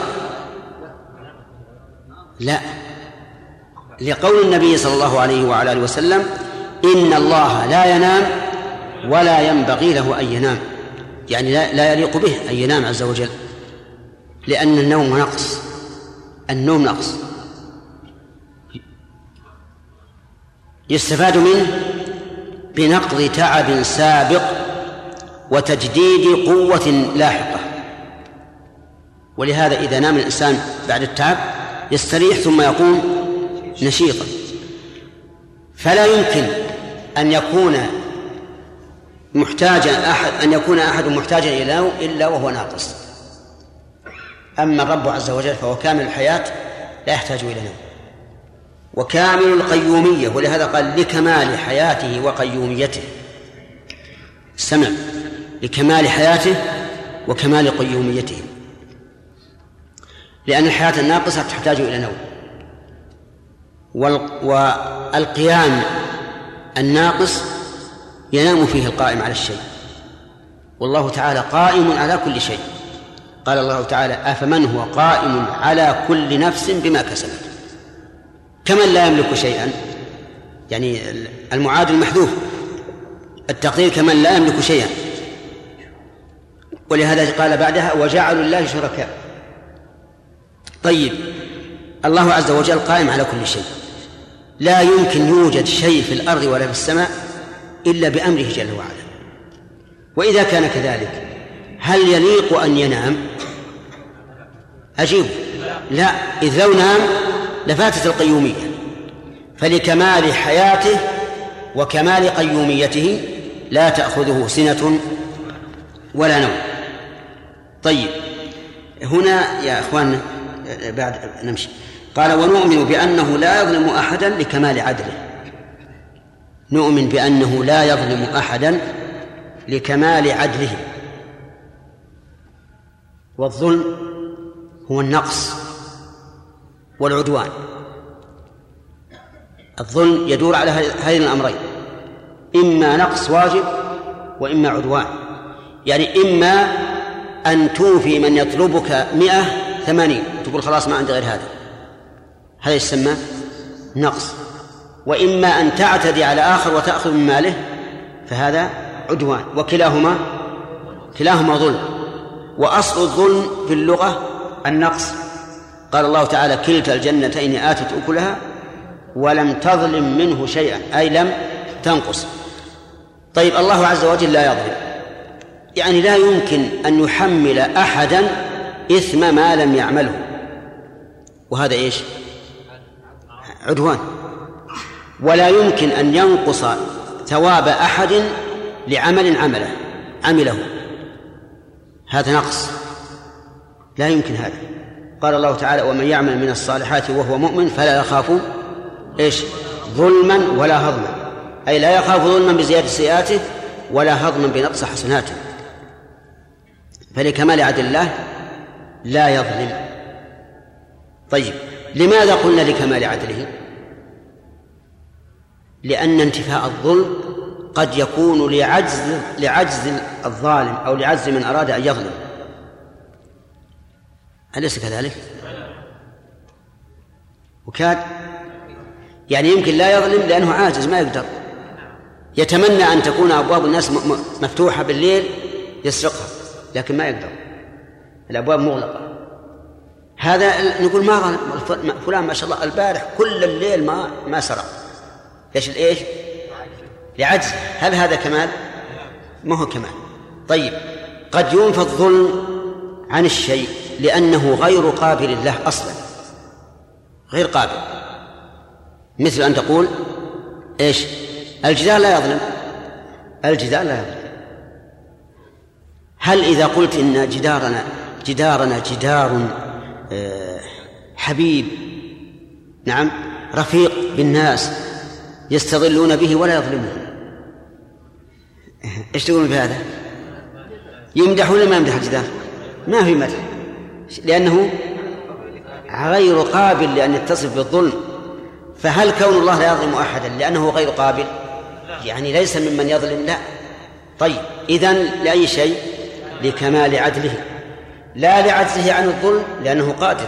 لا، لقول النبي صلى الله عليه وعلى آله وسلم إن الله لا ينام ولا ينبغي له أن ينام، يعني لا يليق به أن ينام عز وجل، لأن النوم نقص. النوم نقص يستفاد منه بنقض تعب سابق وتجديد قوة لاحقة. ولهذا إذا نام الإنسان بعد التعب يستريح ثم يقوم نشيطا. فلا يمكن أن يكون أحد محتاجا إلى نوم إلا وهو ناقص. أما الرب عز وجل فهو كامل الحياة لا يحتاج إلى نوم، وكامل القيومية، ولهذا قال لكمال حياته وقيوميته. استمع، لكمال حياته وكمال قيوميته، لأن الحياة الناقصة تحتاج إلى نوم، والقيام الناقص ينام فيه القائم على الشيء، والله تعالى قائم على كل شيء. قال الله تعالى أفمن هو قائم على كل نفس بما كسبت كمن لا يملك شيئا، يعني المعادل محذوف، التقدير كمن لا يملك شيئا. ولهذا قال بعدها وجعلوا الله شركاء. طيب الله عز وجل قائم على كل شيء، لا يمكن يوجد شيء في الأرض ولا في السماء إلا بأمره جل وعلا. وإذا كان كذلك هل يليق أن ينام؟ أجيب لا، إذ لو نام لفاتت القيومية، فلكمال حياته وكمال قيوميته لا تأخذه سنة ولا نوم. طيب هنا يا أخوان بعد نمشي. قال ونؤمن بأنه لا يظلم أحدا لكمال عدله. نؤمن بأنه لا يظلم أحدا لكمال عدله. والظلم هو النقص والعدوان. الظلم يدور على هذين الأمرين، إما نقص واجب وإما عدوان. يعني إما أن توفي من يطلبك 180 تقول خلاص ما عندي غير هذا يسمى نقص، وإما أن تعتدي على آخر وتأخذ من ماله فهذا عدوان، وكلاهما ظلم. وأصل الظلم في اللغة النقص. قال الله تعالى كلتا الجنتين آتت أكلها ولم تظلم منه شيئا، أي لم تنقص. طيب الله عز وجل لا يظلم، يعني لا يمكن أن يحمل أحدا إثم ما لم يعمله، وهذا إيش؟ عدوان. ولا يمكن أن ينقص ثواب أحد لعمل عمله، هذا نقص، لا يمكن هذا. قال الله تعالى ومن يعمل من الصالحات وهو مؤمن فلا يخاف إيش؟ ظلما ولا هضما، أي لا يخاف ظلما بزيادة سيئاته ولا هضما بنقص حسناته. فلكمال عدل الله لا يظلم. طيب لماذا قلنا لكمال عدله؟ لأن انتفاء الظلم قد يكون لعجز الظالم أو لعجز من أراد أن يظلم، أليس كذلك؟ وكاد يعني يمكن لا يظلم لأنه عاجز ما يقدر، يتمنى أن تكون أبواب الناس مفتوحة بالليل يسرقها لكن ما يقدر، الأبواب مغلقة. هذا نقول ما ظلم فلان ما شاء الله البارح كل الليل ما سرق. إيش؟ لعجز. هل هذا كمال؟ ما هو كمال. طيب قد ينفى الظلم عن الشيء لأنه غير قابل له أصلا، غير قابل، مثل أن تقول إيش؟ الجدار لا يظلم، الجدار لا يظلم. هل إذا قلت إن جدارنا جدار حبيب، نعم، رفيق بالناس يستظلون به ولا يظلمون، ايش تقولون بهذا؟ يمدح ولا ما يمدح الجدار؟ ما في مدح، لأنه غير قابل لأن يتصف بالظلم. فهل كون الله لا يظلم أحدا لأنه غير قابل؟ يعني ليس ممن يظلم، لا. طيب إذن لأي شيء؟ لكمال عدله، لا لعجزه عن الظلم لأنه قادر،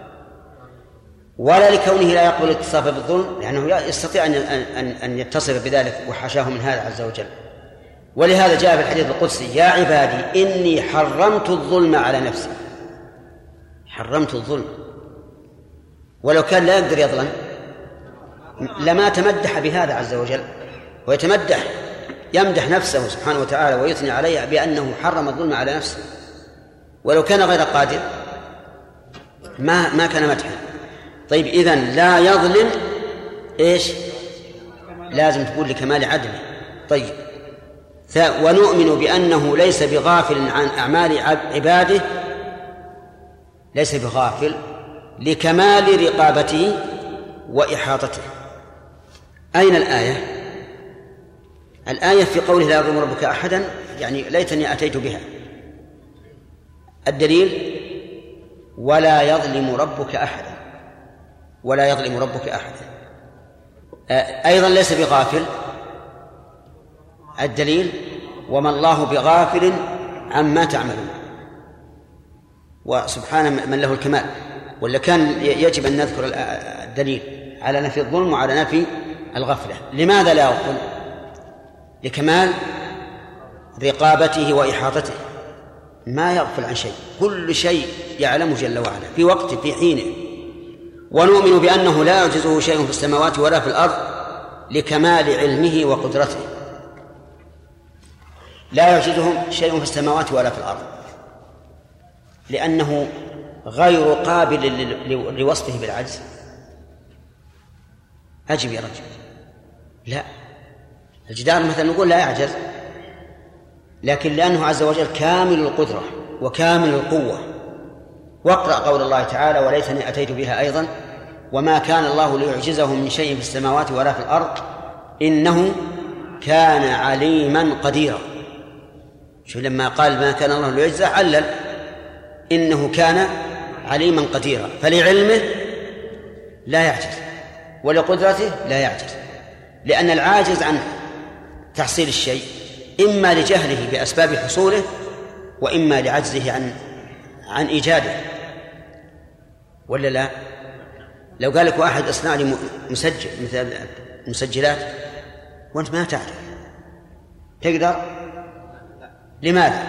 ولا لكونه لا يقبل الاتصاف بالظلم لأنه يستطيع أن يتصف بذلك وحاشاه من هذا عز وجل. ولهذا جاء في الحديث القدسي يا عبادي إني حرمت الظلم على نفسي، حرمت الظلم. ولو كان لا يقدر يظلم لما تمدح بهذا عز وجل، يمدح نفسه سبحانه وتعالى ويثني عليه بأنه حرم الظلم على نفسه. ولو كان غير قادر ما كان مدحا. طيب إذن لا يظلم إيش؟ لازم تقول لكمال عدله. طيب ونؤمن بأنه ليس بغافل عن أعمال عباده، ليس بغافل لكمال رقابته وإحاطته. أين الآية؟ الآية في قوله لا يظلم ربك أحدا، يعني ليتني أتيت بها. الدليل ولا يظلم ربك أحدا، ولا يظلم ربك أحدا. أيضا ليس بغافل. الدليل وما الله بغافل عما تعملون، وسبحان من له الكمال. ولا كان يجب أن نذكر الدليل على نفي الظلم وعلى نفي الغفلة. لماذا لا يغفل؟ لكمال رقابته وإحاطته، ما يغفل عن شيء، كل شيء يعلمه جل وعلا في وقته في حينه. ونؤمن بأنه لا يعجزه شيء في السماوات ولا في الأرض لكمال علمه وقدرته. لا يعجزهم شيء في السماوات ولا في الأرض، لأنه غير قابل لوصفه بالعجز. أجب يا رجل. لا، الجدار مثلا نقول لا يعجز، لكن لأنه عز وجل كامل القدرة وكامل القوة. واقرأ قول الله تعالى: وليتني أتيت بها أيضا، وما كان الله ليعجزه من شيء في السماوات ولا في الأرض إنه كان عليما قديرا. شو لما قال ما كان الله ليعجزه علل إنه كان عليما قديرا، فلعلمه لا يعجز ولقدرته لا يعجز، لأن العاجز عن تحصيل الشيء إما لجهله بأسباب حصوله وإما لعجزه عن إيجاده، ولا لا؟ لو قال لك واحد اصنع لي مسجل مثل مسجلات وأنت ما تعرف، تقدر؟ لماذا؟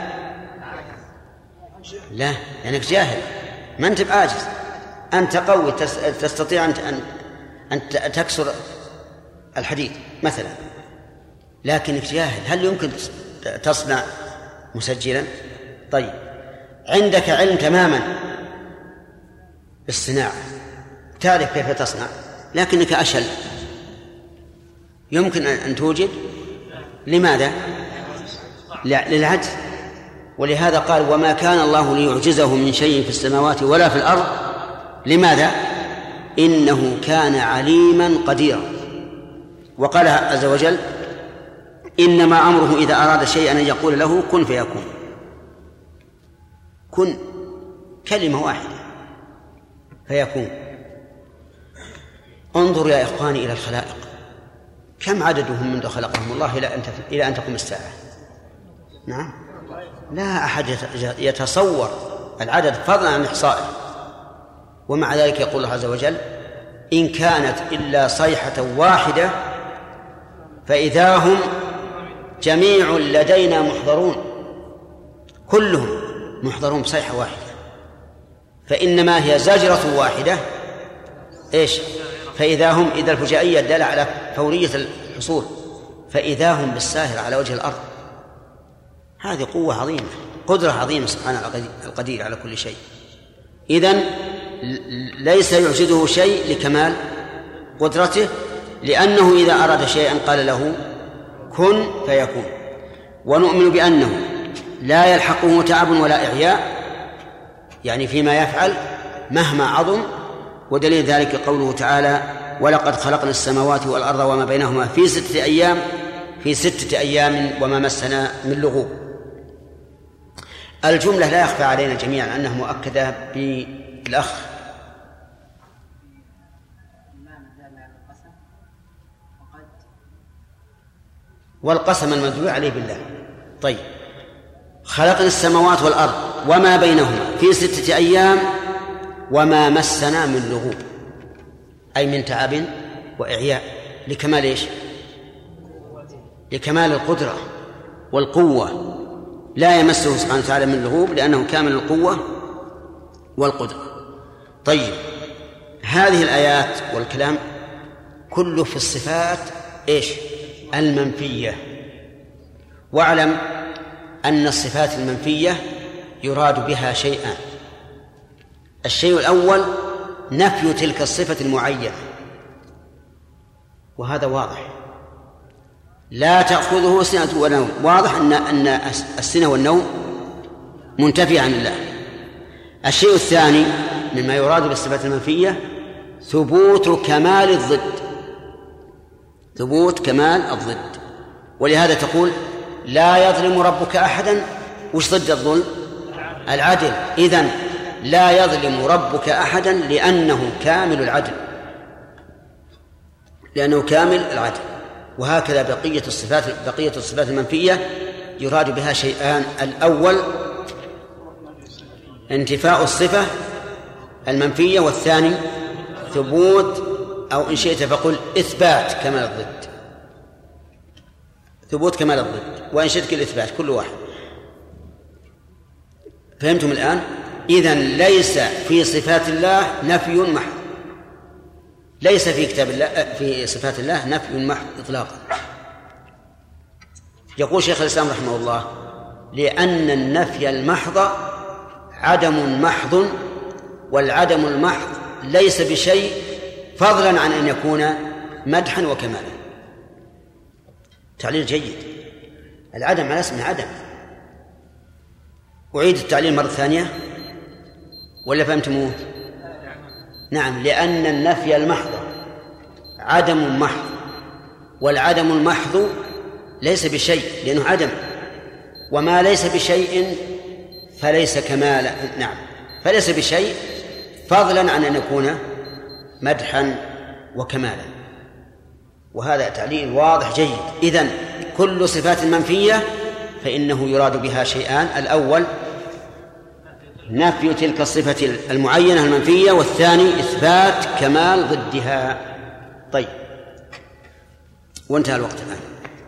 لا، لأنك جاهل، ما أنت بعاجز، أنت قوي تستطيع أن تكسر الحديد مثلا، لكنك جاهل. هل يمكن تصنع مسجلا؟ طيب، عندك علم تماما بالصناعة، تعرف كيف تصنع، لكنك أشل، يمكن أن توجد. لماذا؟ للعجز. ولهذا قال: وما كان الله ليعجزه من شيء في السماوات ولا في الأرض. لماذا؟ إنه كان عليما قديرا. وقال عز وجل: إنما أمره إذا أراد شيئا أن يقول له كن فيكون. كن كلمة واحدة فيكون. انظر يا إخواني إلى الخلائق، كم عددهم منذ خلقهم الله إلى أن تقوم الساعة؟ نعم، لا أحد يتصور العدد فضلا عن إحصائه. ومع ذلك يقول الله عز وجل: إن كانت إلا صيحة واحدة فإذا هم جميع لدينا محضرون. كلهم محضرون بصيحة واحدة، فإنما هي زجرة واحدة. إيش؟ فإذا هم، إذا الفجائية دل على فورية الحصول، فإذا هم بالساهرة على وجه الأرض. هذه قوة عظيمة، قدرة عظيمة سبحانه القدير على كل شيء. إذن ليس يعجزه شيء لكمال قدرته، لأنه إذا أراد شيئا قال له كن فيكون. ونؤمن بأنه لا يلحقه تعب ولا إعياء، يعني فيما يفعل مهما عظم. ودليل ذلك قوله تعالى: ولقد خلقنا السماوات والأرض وما بينهما في 6 أيام، في 6 أيام وما مسنا من لغوب. الجملة لا يخفى علينا جميعا أنها مؤكدة بالأخ. والقسم المدلول عليه بالله. طيب، خلقنا السماوات والأرض وما بينهما في 6 أيام وما مسنا من لغوب، أي من تعب وإعياء، لكمال إيش؟ لكمال القدرة والقوة. لا يمسه سبحانه وتعالى من لغوب لأنه كامل القوة والقدرة. طيب، هذه الآيات والكلام كله في الصفات إيش؟ المنفية. واعلم أن الصفات المنفية يراد بها شيئان: الشيء الأول نفي تلك الصفة المعينة، وهذا واضح، لا تأخذه سنة ونوم، واضح أن السنة والنوم منتفي عن الله. الشيء الثاني مما يراد بالصفات المنفية ثبوت كمال الضد، ثبوت كمال الضد. ولهذا تقول: لا يظلم ربك أحدا. وش ضد الظلم؟ العدل. إذن لا يظلم ربك أحدا لأنه كامل العدل، لأنه كامل العدل. وهكذا بقية الصفات المنفية يراد بها شيئان: الأول انتفاء الصفة المنفية، والثاني ثبوت، أو إن شئت فقل إثبات كمال الضد، ثبوت كمال الضد، وإن شئت الإثبات، كل واحد. فهمتم الآن؟ إذن ليس في صفات الله نفي محض، ليس في كتاب الله في صفات الله نفي محض إطلاقا. يقول شيخ الإسلام رحمه الله: لأن النفي المحض عدم محض، والعدم المحض ليس بشيء فضلا عن أن يكون مدحا وكمالا. تعليل جيد. العدم على اسم عدم. أعيد التعليل مرة ثانية ولا فهمتموه؟ نعم، لأن النفي المحض عدم محض، والعدم المحض ليس بشيء لأنه عدم، وما ليس بشيء فليس كمالا. نعم، فليس بشيء فضلا عن أن يكون مدحا وكمالا. وهذا تعليل واضح جيد. إذن كل صفات منفية فإنه يراد بها شيئان: الأول نفي تلك الصفة المعينة المنفية، والثاني إثبات كمال ضدها. طيب، وانتهى الوقت الآن.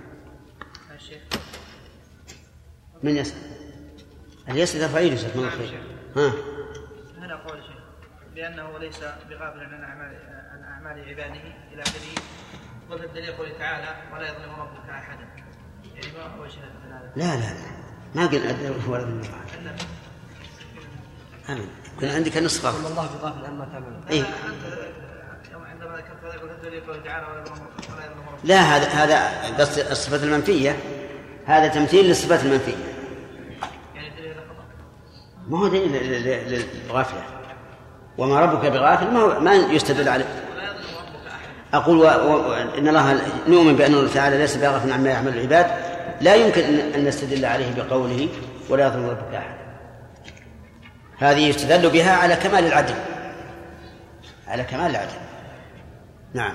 من يسأل؟ اليسأل ترفعين يسأل من الخير. هنا قول شيخ لأنه ليس بغافل عن أعمال عباده إلى آخره. قلت الدليل قوله تعالى: ولا يظلم ربك أحدا. يعني ما هو شيء لا ما قلنا ولا يظلم أحدا. آمين. كان عندك النسخة. الله بغافل عما تعملون. إيه؟ عندما ذكرت هذا قلت الدليل قوله تعالى: ولا يظلم ربك. لا، هذا قصد الصفات المنفية، هذا تمثيل للصفات المنفية. يعني الدليل خطأ. ما هو دليل للغافلة. وما ربك بغافل ما يستدل عليه. أقول إن الله نؤمن بأن الله تعالى ليس بغافل عما يعمل العباد، لا يمكن أن نستدل عليه بقوله ولا يظلم ربك أحد. هذه يستدل بها على كمال العدل، على كمال العدل. نعم.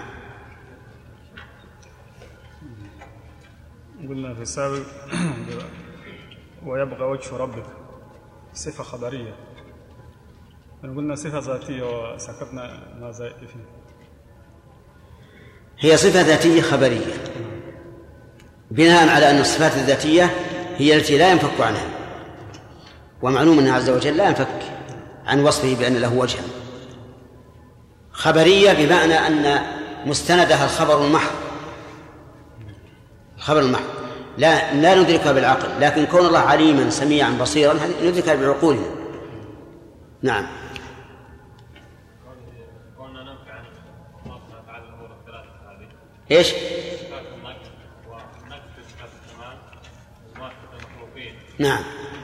قلنا في السابق ويبقى وجه ربك صفة خبرية، قلنا صفة ذاتية وسكتنا ما زائد فيه. هي صفة ذاتية خبرية بناء على أن الصفات الذاتية هي التي لا ينفك عنها، ومعلوم أنه عز وجل لا ينفك عن وصفه بأن له وجها. خبرية بمعنى أن مستندها الخبر المحض، الخبر المحض لا ندركها بالعقل، لكن كون الله عليما سميعا بصيرا ندركها بعقولنا. نعم. ايش؟ نعم.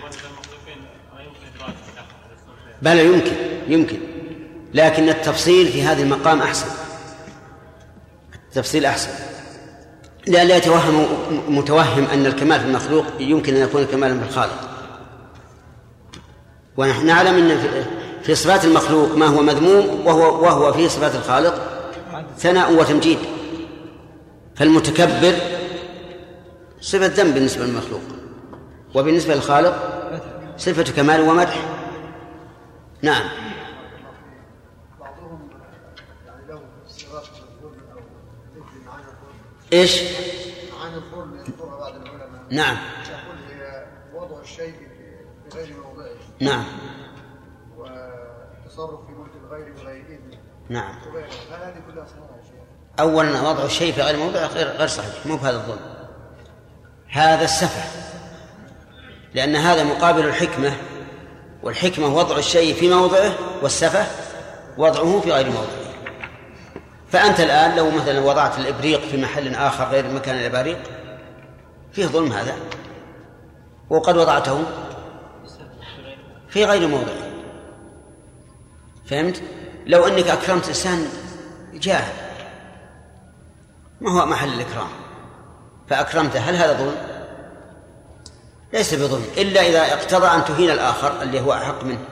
بل يمكن، لكن التفصيل في هذا المقام أحسن، التفصيل أحسن، لا يتوهم متوهم أن الكمال في المخلوق يمكن أن يكون كمالا في الخالق. ونحن نعلم أن في صفات المخلوق ما هو مذموم، وهو في صفات الخالق ثناء وتمجيد. فالمتكبر صفة ذنب بالنسبة للمخلوق، وبالنسبة للخالق صفة كمال ومدح. نعم. بعضهم يعني له صيغات الظلم أو ذكر معاني الظلم. إيش؟ معاني الظلم يذكرها بعض العلماء. نعم. يقول هي وضع الشيء في غير موضعه. نعم. وتصرف في ملك الغير بغير إذنه. نعم. هل هذه كلها صحيحة يا شيخ؟ أولا وضع الشيء في غير موضعه غير صحيح، مو بهذا الظلم، هذا السفه، لأن هذا مقابل الحكمة، والحكمة وضع الشيء في موضعه، والسفه وضعه في غير موضعه. فأنت الآن لو مثلا وضعت الإبريق في محل آخر غير مكان الإباريق فيه ظلم هذا، وقد وضعته في غير موضعه. فهمت؟ لو أنك أكرمت إنسان جاهل ما هو محل الإكرام فأكرمته، هل هذا ظلم؟ ليس بظلم، إلا إذا اقتضى أن تهين الآخر اللي هو أحق منه.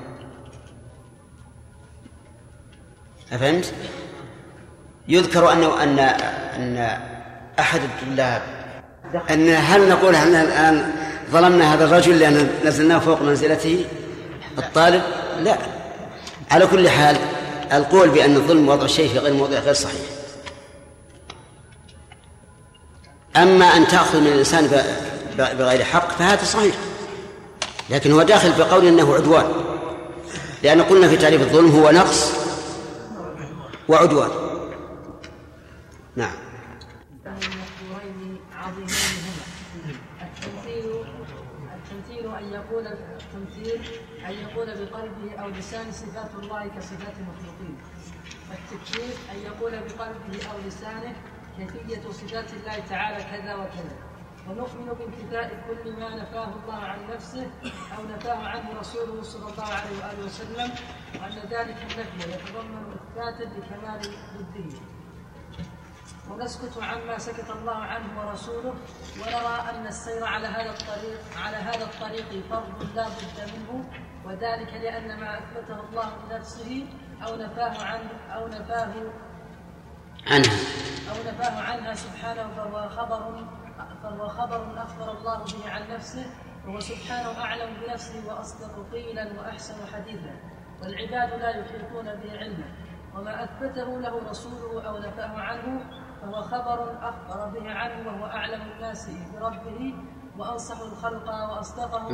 أفهمت؟ يذكر أن أحد الطلاب هل نقول أن الآن ظلمنا هذا الرجل لأن نزلناه فوق منزلته الطالب؟ لا. على كل حال القول بأن الظلم وضع الشيء في غير موضعه غير صحيح. أما أن تأخذ من الإنسان بغير حق فهذا صحيح، لكن هو داخل في قول أنه عدوان، لأن قلنا في تعريف الظلم هو نقص وعدوان. نعم. أن يقول التمثيل أن يقول بقلبه أو لسانه صفات الله كصفات المخلوقين. التكييف أن يقول بقلبه أو لسانه كيفية صفات الله تعالى كذا وكذا. ونؤمن بانتفاء كل ما نفاه الله عن نفسه أو نفاه عنه رسوله صلى الله عليه وآله وسلم، وأن ذلك النفي يتضمن إثباتا لكمال ضده. ونسكت عما سكت الله عنه ورسوله، ونرى أن السير على هذا الطريق فرض لا بد منه، وذلك لأن ما أثبته الله لنفسه أو نفاه عنها سبحانه فهو خبر أخبر الله به عن نفسه، وهو سبحانه أعلم بنفسه وأصدق قيلا وأحسن حديثا، والعباد لا يحيطون به علما. وما أثبته له رسوله أو نفاه عنه فهو خبر أخبر به عنه، وهو أعلم الناس بربه وأنصح الخلق وأصدقهم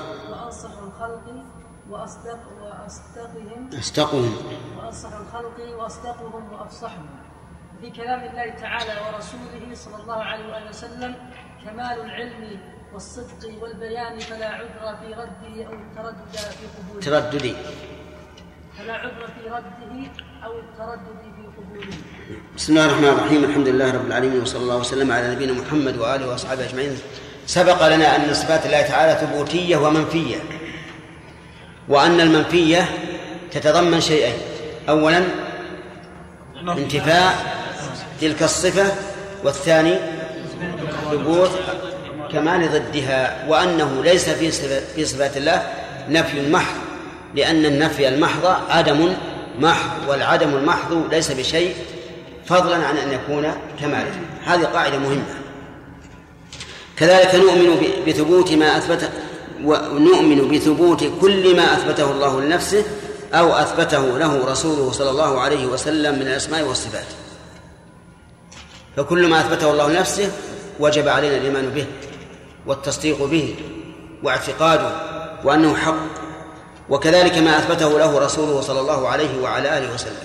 وأفصحهم. في كلام الله تعالى ورسوله صلى الله عليه وآله وسلم كمال العلم والصدق والبيان، فلا عذر في رده أو التردد في قبوله. بسم الله الرحمن الرحيم. الحمد لله رب العالمين، وصلى الله وسلم على نبينا محمد وآله وأصحابه أجمعين. سبق لنا أن صفات الله تعالى ثبوتية ومنفية، وأن المنفية تتضمن شيئين: أولا انتفاء تلك الصفة، والثاني ثبوت كمال ضدها، وأنه ليس في صفات الله نفي محض، لأن النفي المحض عدم محض، والعدم المحض ليس بشيء فضلا عن أن يكون كمالا. هذه قاعدة مهمة. كذلك نؤمن بثبوت كل ما أثبته الله لنفسه أو أثبته له رسوله صلى الله عليه وسلم من الأسماء والصفات. فكل ما أثبته الله لنفسه وجب علينا الإيمان به والتصديق به واعتقاده وأنه حق، وكذلك ما أثبته له رسوله صلى الله عليه وعلى آله وسلم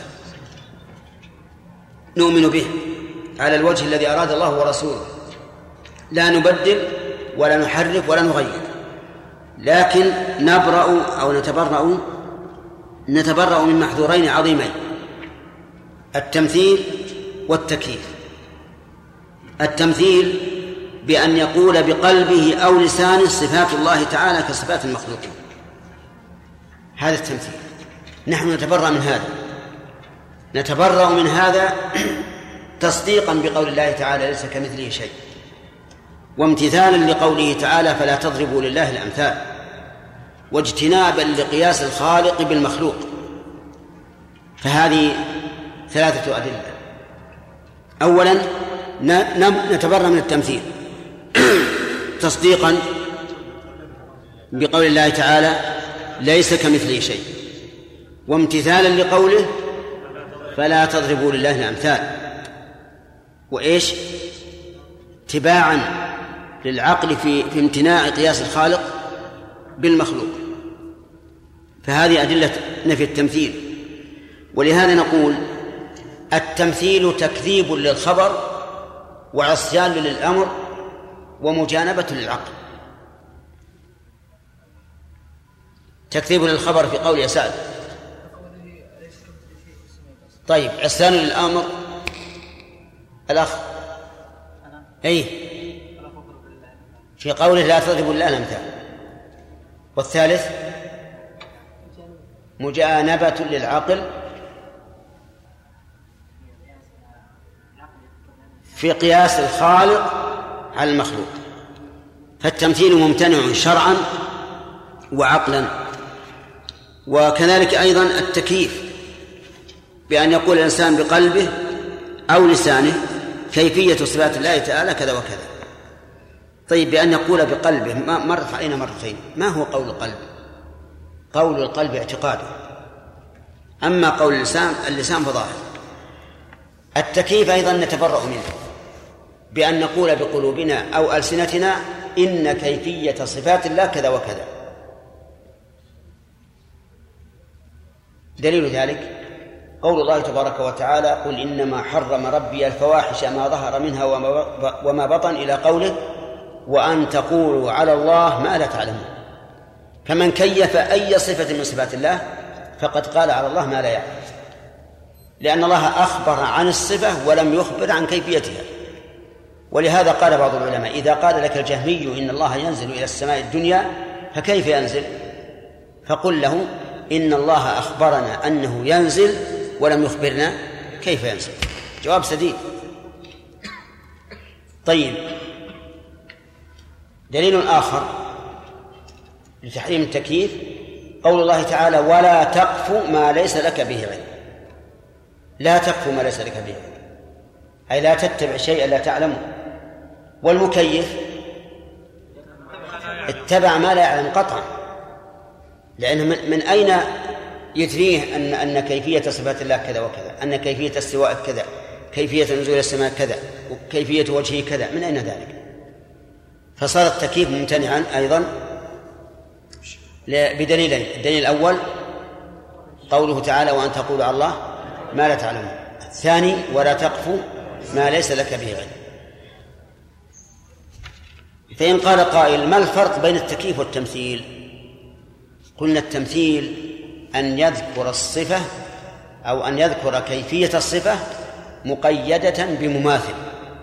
نؤمن به على الوجه الذي أراد الله ورسوله، لا نبدل ولا نحرف ولا نغير، لكن نبرأ أو نتبرأ من محذورين عظيمين: التمثيل والتكييف. التمثيل بأن يقول بقلبه أو لسانه صفات الله تعالى كصفات المخلوقين، هذا التمثيل. نحن نتبرأ من هذا تصديقا بقول الله تعالى ليس كمثله شيء، وامتثالا لقوله تعالى فلا تضربوا لله الأمثال، واجتنابا لقياس الخالق بالمخلوق. فهذه ثلاثة أدلة. أولا نتبرأ من التمثيل تصديقا بقول الله تعالى ليس كمثله شيء، وامتثالا لقوله فلا تضربوا لله الأمثال، وإيش؟ تباعا للعقل في امتناع قياس الخالق بالمخلوق. فهذه أدلة نفي التمثيل. ولهذا نقول التمثيل تكذيب للخبر وعصيان للأمر ومجانبة للعقل. تكذيب للخبر في قول سعد. طيب، عصيان للأمر الأخ في قوله لا تضربوا لله الأمثال. والثالث مجانبة للعقل في قياس الخالق على المخلوق. فالتمثيل ممتنع شرعا وعقلا. وكذلك أيضا التكييف بأن يقول الإنسان بقلبه أو لسانه كيفية صفات الله تعالى كذا وكذا. طيب، بأن يقول بقلبه مرت علينا مرتين. ما هو قول القلب؟ قول القلب اعتقاده، أما قول اللسان فظاهر. التكييف أيضا نتبرأ منه بأن نقول بقلوبنا أو ألسنتنا إن كيفية صفات الله كذا وكذا. دليل ذلك قول الله تبارك وتعالى قل إنما حرم ربي الفواحش ما ظهر منها وما بطن إلى قوله وأن تقولوا على الله ما لا تعلمون. فمن كيف أي صفة من صفات الله فقد قال على الله ما لا يعلم، لأن الله أخبر عن الصفة ولم يخبر عن كيفيتها. ولهذا قال بعض العلماء إذا قال لك الجهمي إن الله ينزل إلى السماء الدنيا فكيف ينزل؟ فقل له إن الله أخبرنا أنه ينزل ولم يخبرنا كيف ينزل. جواب سديد. طيب، دليل آخر لتحريم التكييف قول الله تعالى ولا تقف ما ليس لك به علم. لا تقف ما ليس لك به علم، أي لا تتبع شيئا لا تعلمه. والمكيف اتبع ما لا يعلم قطعا، لأنه من أين يدريه أن كيفية صفات الله كذا وكذا، أن كيفية استواء كذا، كيفية نزول السماء كذا، وكيفية وجهه كذا، من أين ذلك؟ فصار التكييف ممتنعا أيضا بدليلين. الدليل الأول قوله تعالى وأن تقولوا على الله ما لا تعلمون. الثاني ولا تقف ما ليس لك به علم. فإن قال قائل ما الفرق بين التكييف والتمثيل؟ قلنا التمثيل أن يذكر الصفة أو أن يذكر كيفية الصفة مقيدة بمماثل،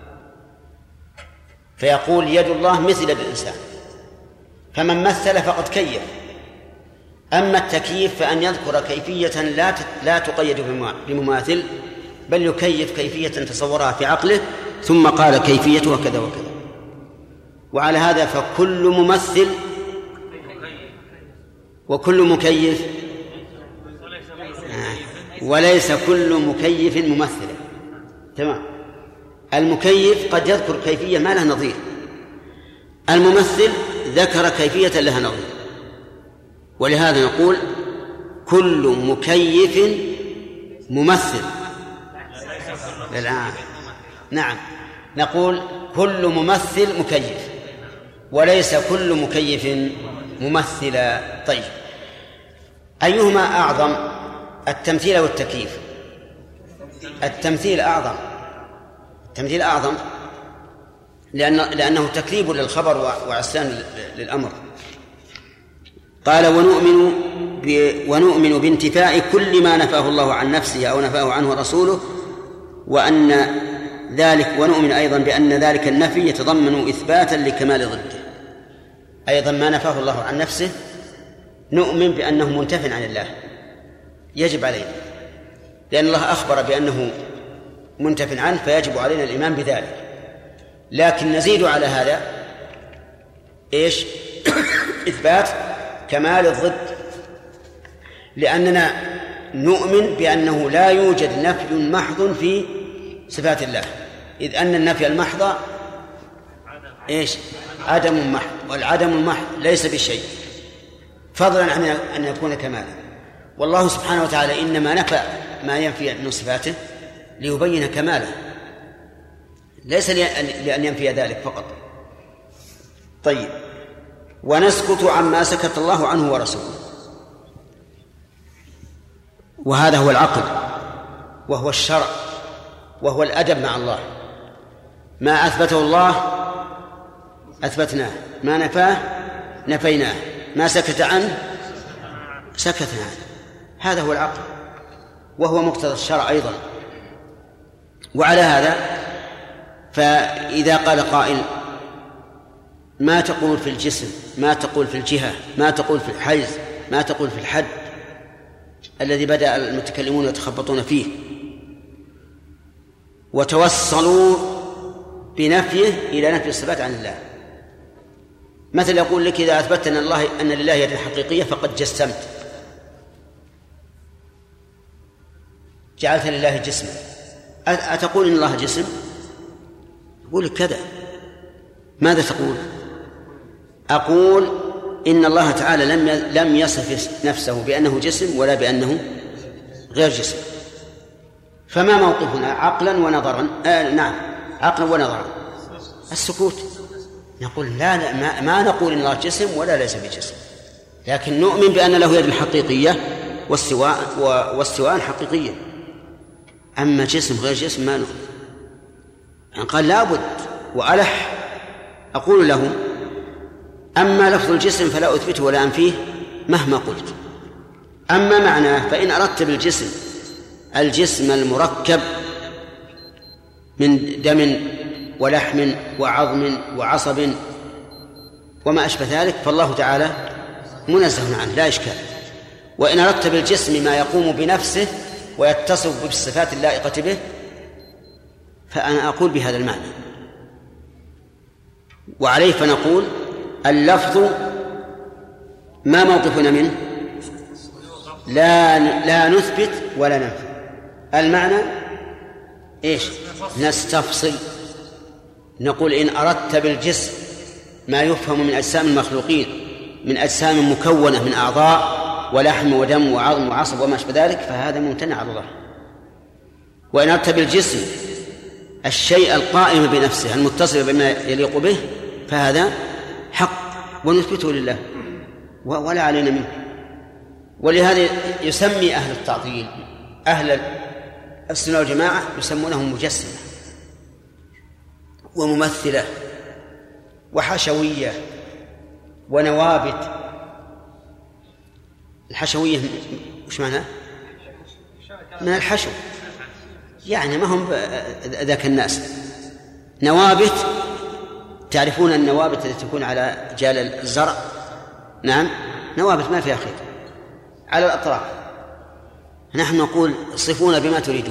فيقول يد الله مثل الإنسان، فمن مثل فقد كيف. أما التكييف فأن يذكر كيفية لا تقيد بمماثل، بل يكيف كيفية تصورها في عقله ثم قال كيفيتها كذا وكذا. وعلى هذا فكل ممثل وكل مكيف وليس كل مكيف ممثلا. تمام. المكيف قد يذكر كيفية ما لها نظير، الممثل ذكر كيفية لها نظير. ولهذا نقول كل مكيف ممثل. نعم، نقول كل ممثل مكيف وليس كل مكيف ممثلا. طيب، أيهما أعظم، التمثيل أو التكييف؟ التمثيل أعظم. التمثيل أعظم لأنه تكذيب للخبر وعصيان للأمر. قال ونؤمن بانتفاء كل ما نفاه الله عن نفسه أو نفاه عنه رسوله، وأن ذلك ونؤمن أيضا بأن ذلك النفي يتضمن إثباتا لكمال ضده. أيضا ما نفاه الله عن نفسه نؤمن بأنه منتف عن الله، يجب علينا، لأن الله أخبر بأنه منتف عنه فيجب علينا الإيمان بذلك. لكن نزيد على هذا إيش؟ إثبات كمال الضد، لأننا نؤمن بأنه لا يوجد نفي محض في صفات الله، إذ أن النفي المحض إيش؟ عدم محض، والعدم المحض ليس بشيء، فضلا عن أن يكون كمالا. والله سبحانه وتعالى إنما نفى ما ينفي من صفاته ليبين كماله، ليس لأن ينفي ذلك فقط. طيب، ونسكت عما سكت الله عنه ورسوله، وهذا هو العقل وهو الشرع وهو الأدب مع الله. ما أثبته الله أثبتناه، ما نفاه نفيناه، ما سكت عنه سكتنا عنه. هذا هو العقل وهو مقتضى الشرع أيضا. وعلى هذا فإذا قال قائل ما تقول في الجسم، ما تقول في الجهة، ما تقول في الحيز، ما تقول في الحد الذي بدأ المتكلمون يتخبطون فيه، وتوصلوا بنفيه إلى نفي الصفات عن الله. مثل يقول لك إذا أثبتت أن لله يد حقيقية فقد جسمت، جعلت لله جسما، أتقول إن الله جسم؟ أقول لك كذا. ماذا تقول؟ أقول إن الله تعالى لم يصف نفسه بأنه جسم ولا بأنه غير جسم. فما موقفنا عقلا ونظرا؟ نعم، عقلا ونظرا السكوت. نقول لا ما نقول إن الله جسم ولا ليس بجسم، لكن نؤمن بأن له يد حقيقية واستواء حقيقية. أما جسم غير جسم ما نؤمن. يعني قال لابد وألح. أقول له أما لفظ الجسم فلا أثبته ولا أنفيه مهما قلت. أما معناه فإن أردت بالجسم الجسم المركب من دم ولحم وعظم وعصب وما أشبه ذلك فالله تعالى منزه عنه لا إشكال. وإن أردت بالجسم ما يقوم بنفسه ويتصف بالصفات اللائقة به فأنا أقول بهذا المعنى. وعليه فنقول اللفظ ما موقفنا منه؟ لا نثبت ولا ننفي. المعنى إيش؟ نستفصل، نقول إن أردت بالجسم ما يفهم من أجسام المخلوقين من أجسام مكونة من أعضاء ولحم ودم وعظم وعصب وما أشبه ذلك فهذا ممتنع على الله. وإن أردت بالجسم الشيء القائم بنفسه المتصل بما يليق به فهذا حق ونثبته لله ولا علينا منه. ولهذا يسمي أهل التعطيل أهل السنة والجماعة يسمونهم مجسمة وممثلة وحشوية ونوابت. الحشوية وش معناه؟ من الحشو، يعني ما هم ذاك الناس. نوابت، تعرفون النوابت التي تكون على جال الزرع؟ نعم، نوابت ما فيها خير على الأطراف. نحن نقول صفونا بما تريدون.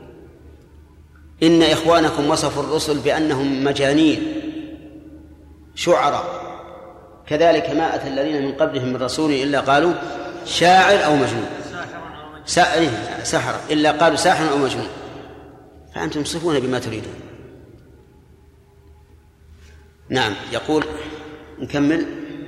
إن إخوانكم وصفوا الرسل بأنهم مجانين شعراء، كذلك ما أتى الذين من قبلهم من رسول إلا قالوا شاعر أو مجنون، سحر إلا قالوا ساحر أو مجنون. فأنتم تصفون بما تريدون. نعم. يقول نكمل.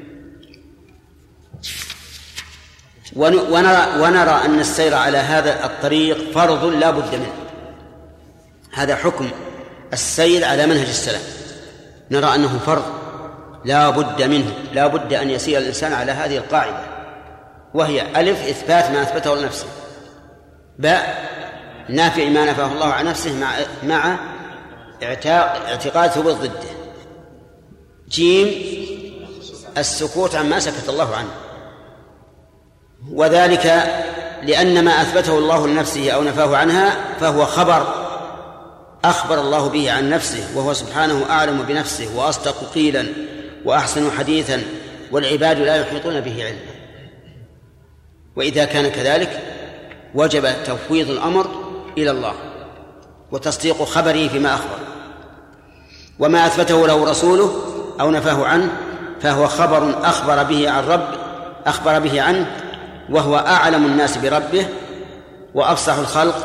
ونرى أن السير على هذا الطريق فرض لا بد منه. هذا حكم السير على منهج السلام، نرى أنه فرض لا بد منه، لا بد أن يسير الإنسان على هذه القاعدة، وهي ألف إثبات ما أثبته لنفسه، باء نافع ما نفاه الله عن نفسه مع اعتقاد ثبوت ضده، جيم السكوت عما سكت الله عنه. وذلك لأن ما أثبته الله لنفسه أو نفاه عنها فهو خبر أخبر الله به عن نفسه، وهو سبحانه أعلم بنفسه وأصدق قيلا وأحسن حديثا، والعباد لا يحيطون به علما. وإذا كان كذلك وجب تفويض الأمر إلى الله وتصديق خبره فيما أخبر. وما أثبته له رسوله أو نفاه عنه فهو خبر أخبر به عنه، وهو أعلم الناس بربه وأفصح الخلق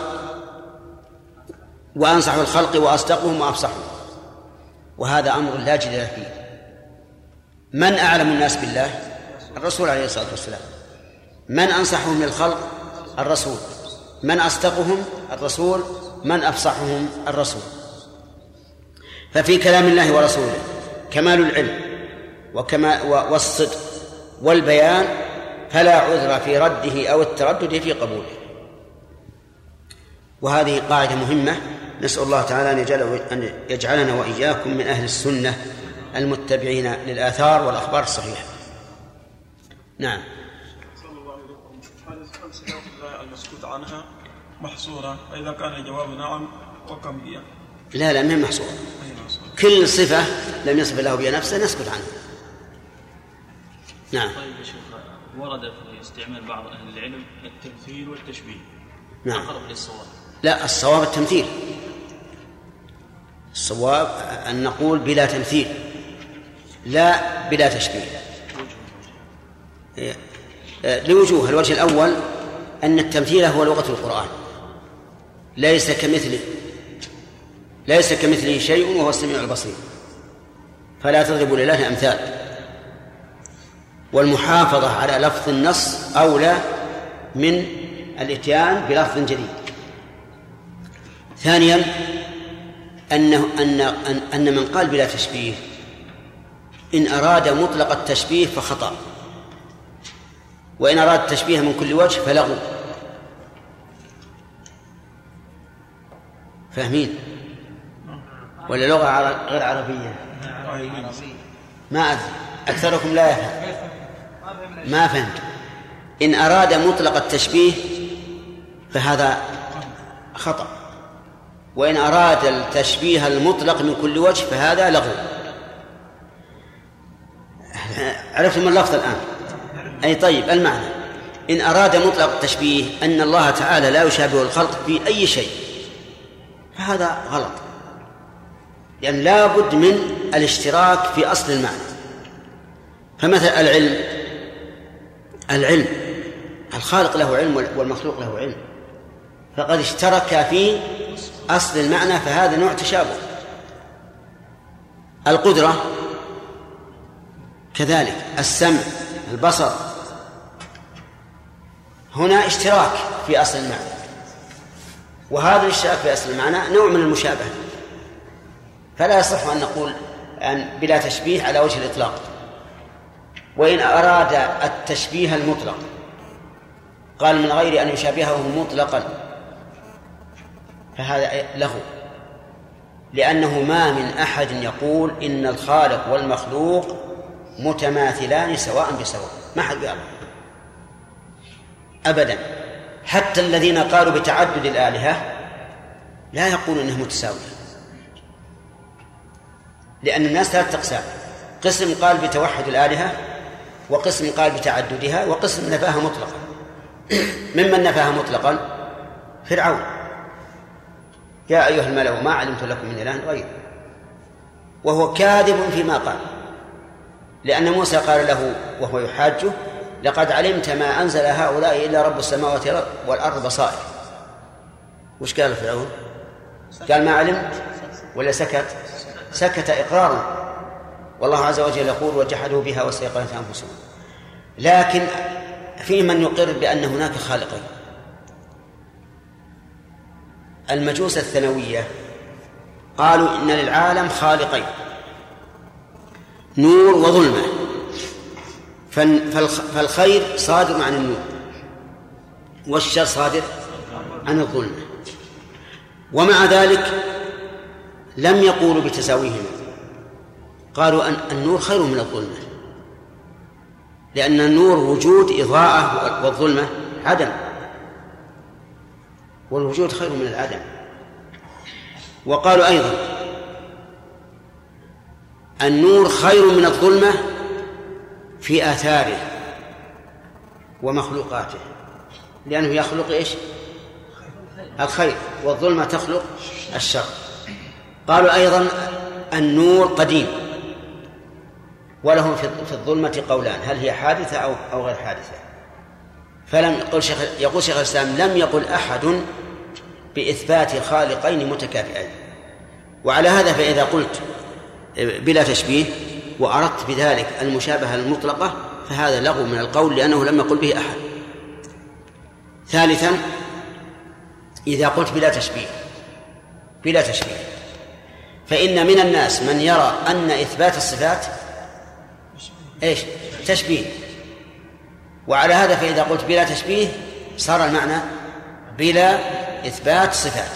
وأنصح الخلق وأصدقهم وأفصحهم. وهذا أمر لا جدال فيه. من أعلم الناس بالله؟ الرسول عليه الصلاة والسلام. من أنصحهم للخلق؟ الرسول. من أصدقهم؟ الرسول. من أفصحهم؟ الرسول. ففي كلام الله ورسوله كمال العلم والصدق والبيان، فلا عذر في رده أو التردد في قبوله. وهذه قاعدة مهمة، نسأل الله تعالى أن يجعلنا وإياكم من أهل السنة المتبعين للآثار والأخبار الصحيحة. نعم. هل صفات الله المسكوت عنها محصورة؟ وإذا كان الجواب نعم وكم هي؟ لا من محصورة. كل صفة لم يصف الله بها نفسه نسكت عنها. نعم. طيب يا شيخ، ورد في استعمال بعض أهل العلم التمثيل والتشبيه. نعم. أقرب للصواب. لا، الصواب التمثيل. الصواب أن نقول بلا تمثيل لا بلا تشبيه لوجوه. الوجه الأول أن التمثيل هو لغة القرآن، ليس كمثله شيء وهو السميع البصير، فلا تضربوا لله أمثال. والمحافظة على لفظ النص أولى من الإتيان بلفظ جديد. ثانيا أن من قال بلا تشبيه إن أراد مطلق التشبيه فخطأ، وإن أراد التشبيه من كل وجه فلغو. فاهمين؟ ولا لغة غير عربية؟ ما أدري، أكثركم لا يفهم. ما فهمت. إن أراد مطلق التشبيه فهذا خطأ، وإن أراد التشبيه المطلق من كل وجه فهذا لغو. عرفتم اللفظ الآن؟ أي طيب، المعنى إن أراد مطلق التشبيه أن الله تعالى لا يشابه الخلق في أي شيء فهذا غلط، لأن لا بد من الاشتراك في أصل المعنى. فمثل العلم الخالق له علم والمخلوق له علم، فقد اشترك في أصل المعنى، فهذا نوع تشابه. القدرة كذلك، السمع، البصر، هنا اشتراك في أصل المعنى، وهذا الاشتراك في أصل المعنى نوع من المشابهة، فلا يصح أن نقول بلا تشبيه على وجه الإطلاق. وإن أراد التشبيه المطلق قال من غير أن يشابهه مطلقا فهذا لغو، لأنه ما من أحد يقول إن الخالق والمخلوق متماثلان سواء بسواء، ما حد يعلم أبدا. حتى الذين قالوا بتعدد الآلهة لا يقولون إنه متساوي، لأن الناس ثلاثة أقسام: قسم قال بتوحد الآلهة، وقسم قال بتعددها، وقسم نفاها مطلقا. ممن نفاها مطلقا فرعون: يا أيها الملأ ما علمت لكم من إله غيره، وهو كاذب فيما قال، لأن موسى قال له وهو يحاجه: لقد علمت ما أنزل هؤلاء إلا رب السماوات والأرض بصائر. وش قال فرعون؟ قال ما علمت ولا سكت؟ سكت إقرارا، والله عز وجل يقول: وجحدوا بها واستيقنتها أنفسهم. لكن في من يقر بأن هناك خالقين. المجوس الثانوية قالوا إن للعالم خالقين: نور وظلمة، فالخير صادر عن النور والشر صادر عن الظلمة. ومع ذلك لم يقولوا بتساويهما، قالوا أن النور خير من الظلمة، لأن النور وجود إضاءة والظلمة عدم، والوجود خير من العدم. وقالوا أيضا النور خير من الظلمة في آثاره ومخلوقاته، لأنه يخلق إيش؟ الخير، والظلمة تخلق الشر. قالوا أيضا النور قديم، وله في الظلمة قولان: هل هي حادثة أو غير حادثة. فلم يقول شيخ الإسلام: لم يقل أحد بإثبات خالقين متكافئين. وعلى هذا فإذا قلت بلا تشبيه وأردت بذلك المشابهة المطلقة فهذا لغو من القول، لأنه لم يقل به أحد. ثالثا، إذا قلت بلا تشبيه فإن من الناس من يرى أن إثبات الصفات إيش؟ تشبيه. وعلى هذا فإذا قلت بلا تشبيه صار المعنى بلا إثبات صفات.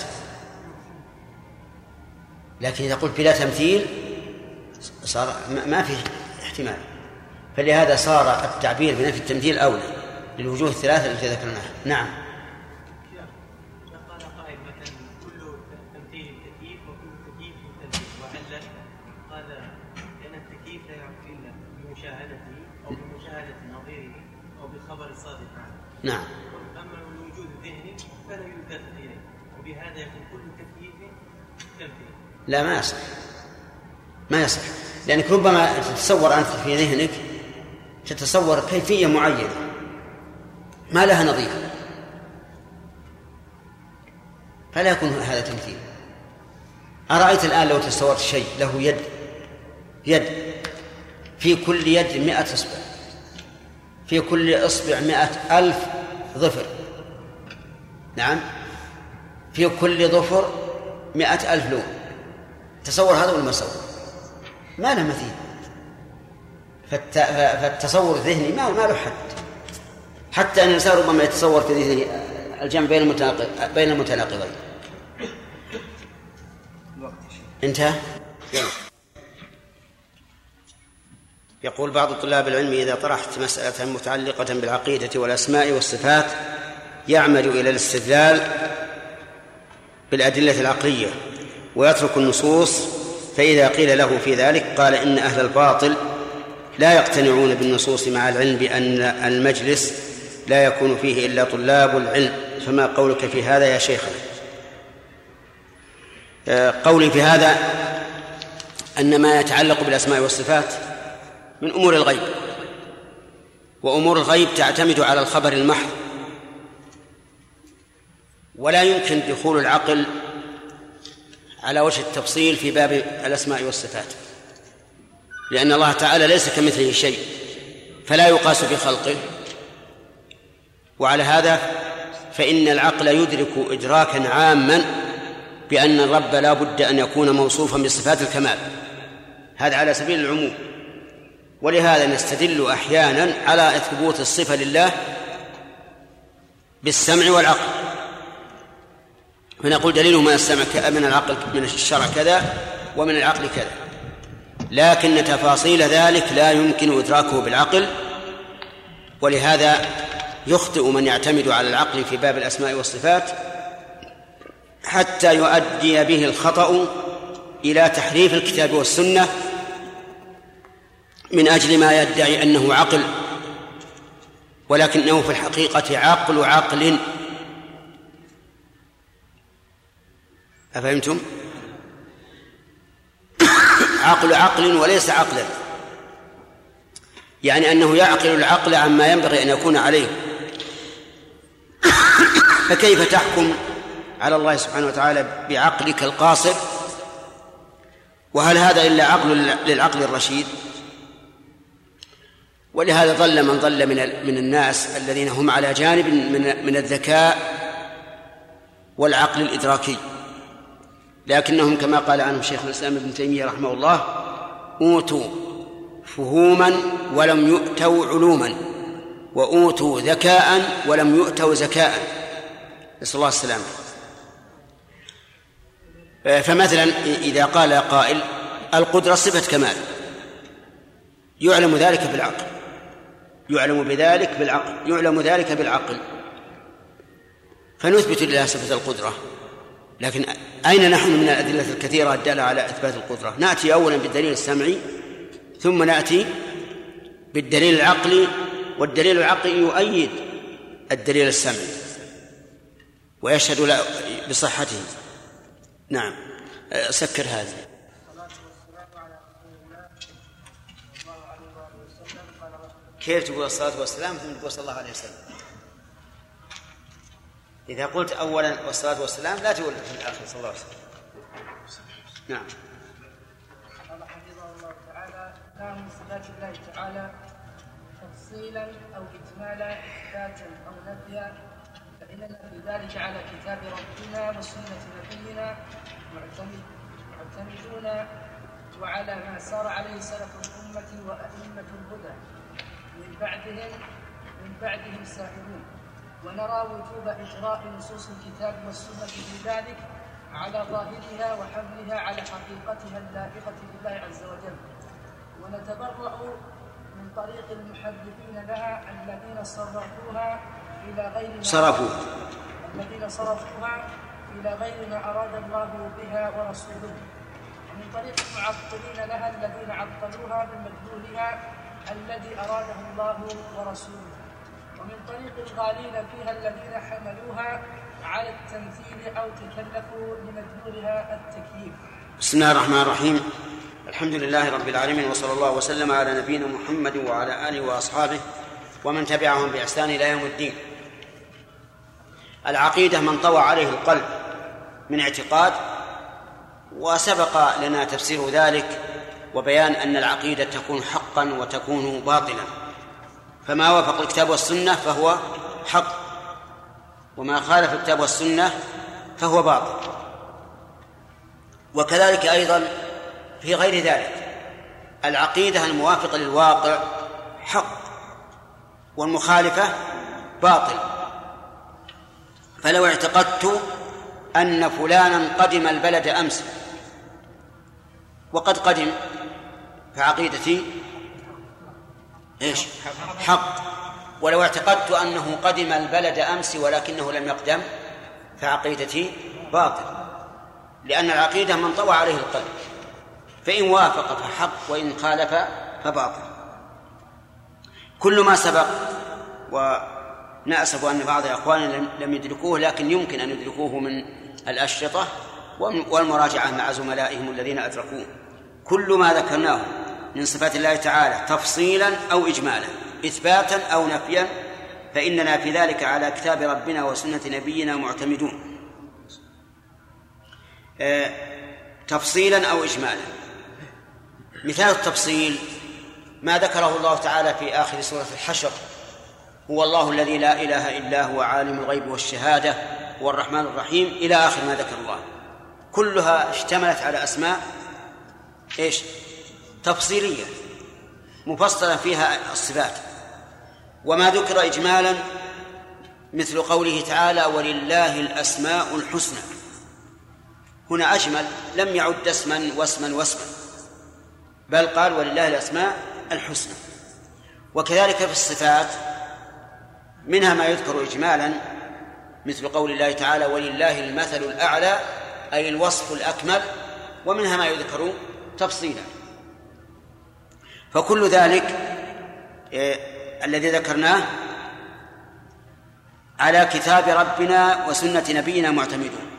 لكن إذا قلت بلا تمثيل صار ما فيه احتمال، فلهذا صار التعبير بنفي التمثيل أولى للوجوه الثلاثة التي ذكرناها. نعم. قال قائل مثلا كل تمثيل تكييف وكل تكييف تمثيل، وعلل قال لأن التكييف لا يعرف إلا بمشاهدته أو بمشاهدة نظيره أو بالخبر الصادق عنه. نعم. أما الوجود الذهني فلا يلتفت إليه، وبهذا يكون كل تكييف تمثيل. لا، ما يصح، لأنك ربما تتصور أنت في ذهنك تتصور كيفية معينة ما لها نظير، فلا يكون هذا تمثيل. أرأيت الآن لو تصورت شيء له يد في كل يد 100 إصبع، في كل إصبع 100,000 ظفر، نعم، في كل ظفر 100,000 لون، تصور هذا ولا ما تصور؟ ما له مثيل. فالتصور الذهني ما له حد، حتى أن الإنسان ربما يتصور في ذهنه الجمع بين المتناقضين. انتهى. يقول بعض طلاب العلم إذا طرحت مسألة متعلقة بالعقيدة والأسماء والصفات يعمد إلى الاستدلال بالأدلة العقلية ويترك النصوص، فإذا قيل له في ذلك قال إن أهل الباطل لا يقتنعون بالنصوص مع العلم بأن المجلس لا يكون فيه إلا طلاب العلم، فما قولك في هذا يا شيخنا؟ قولي في هذا أن ما يتعلق بالأسماء والصفات من أمور الغيب، وأمور الغيب تعتمد على الخبر المحض، ولا يمكن دخول العقل على وجه التفصيل في باب الأسماء والصفات، لأن الله تعالى ليس كمثله شيء فلا يقاس بخلقه. وعلى هذا فإن العقل يدرك إدراكا عاما بأن الرب لا بد أن يكون موصوفا بصفات الكمال، هذا على سبيل العموم. ولهذا نستدل أحيانا على ثبوت الصفة لله بالسمع والعقل، فنقول دليله من السمع من العقل من الشرع كذا ومن العقل كذا، لكن تفاصيل ذلك لا يمكن إدراكه بالعقل، ولهذا يخطئ من يعتمد على العقل في باب الأسماء والصفات حتى يؤدي به الخطأ إلى تحريف الكتاب والسنة من أجل ما يدعي أنه عقل، ولكنه في الحقيقة عقل عقل. أفهمتم؟ عقل عقل وليس عقلا، يعني أنه يعقل العقل عما ينبغي أن يكون عليه. فكيف تحكم على الله سبحانه وتعالى بعقلك القاصر؟ وهل هذا إلا عقل للعقل الرشيد؟ ولهذا ضل من ضل من الناس الذين هم على جانب من الذكاء والعقل الإدراكي، لكنهم كما قال عنهم شيخ الإسلام ابن تيمية رحمه الله أوتوا فهوما ولم يؤتوا علوما، وأوتوا ذكاء ولم يؤتوا زكاء، نسأل الله السلامة. فمثلا إذا قال قائل القدرة صفة كمال، يعلم ذلك بالعقل، يعلم ذلك بالعقل، فنثبت لله صفة القدرة. لكن أين نحن من الأدلة الكثيرة الدالة على إثبات القدرة؟ نأتي أولا بالدليل السمعي، ثم نأتي بالدليل العقلي، والدليل العقلي يؤيد الدليل السمعي ويشهد بصحته. نعم، سكر هذا. كيف تقول الصلاة والسلام ثم تقول صلى الله عليه وسلم؟ إذا قلت أولا والصلاة والسلام لا تقول في الآخر صلى الله عليه وسلم. نعم. قال حفظه الله تعالى: لا من صفات الله تعالى تفصيلا أو إجمالا إثباتا أو نفيا، فإننا في ذلك على كتاب ربنا وسنة نبينا معتمدون، وعلى ما سار عليه سلف الأمة وأئمة الهدى من بعدهم سائرون، ونرى وجوب إجراء نصوص الكتاب والسنة في ذلك على ظاهرها وحملها على حقيقتها اللائقة بالله عز وجل، ونتبرأ من طريق المحرفين لها الذين صرفوها إلى غير ما أراد الله بها ورسوله، ومن طريق المعطلين لها الذين عطلوها بمدلولها الذي أراده الله ورسوله، ومن طريق الغالين فيها الذين حملوها على التمثيل أو تكلفوا لمدلولها التكييف. بسم الله الرحمن الرحيم، الحمد لله رب العالمين، وصلى الله وسلم على نبينا محمد وعلى آله وأصحابه ومن تبعهم بإحسان إلى يوم الدين. العقيدة من طوى عليه القلب من اعتقاد، وسبق لنا تفسير ذلك وبيان أن العقيدة تكون حقا وتكون باطلا، فما وافق الكتاب والسنة فهو حق، وما خالف الكتاب والسنة فهو باطل. وكذلك أيضا في غير ذلك، العقيدة الموافقة للواقع حق والمخالفة باطل. فلو اعتقدت أن فلانا قدم البلد أمس وقد قدم، فعقيدتي إيش؟ حق. ولو اعتقدت أنه قدم البلد أمس ولكنه لم يقدم فعقيدتي باطل، لأن العقيدة من طوى عليه القلب، فإن وافق فحق وإن خالف فباطل. كل ما سبق، ونأسف أن بعض إخواننا لم يدركوه، لكن يمكن أن يدركوه من الأشرطة والمراجعة مع زملائهم الذين أدركوه. كل ما ذكرناه من صفات الله تعالى تفصيلا أو إجمالا، إثباتا أو نفيا، فإننا في ذلك على كتاب ربنا وسنة نبينا معتمدون، تفصيلا أو إجمالا. مثال التفصيل ما ذكره الله تعالى في آخر سورة الحشر: هو الله الذي لا إله إلا هو عالم الغيب والشهادة هو الرحمن الرحيم، إلى آخر ما ذكر الله. كلها اشتملت على أسماء إيش؟ تفصيلية مفصلة فيها الصفات. وما ذكر إجمالا مثل قوله تعالى: ولله الأسماء الحسنى، هنا أجمل، لم يعد اسما واسما واسما، بل قال ولله الأسماء الحسنى. وكذلك في الصفات منها ما يذكر إجمالا مثل قول الله تعالى: ولله المثل الأعلى، أي الوصف الأكمل، ومنها ما يذكر تفصيلا. فكل ذلك الذي ذكرناه على كتاب ربنا وسنة نبينا معتمدون،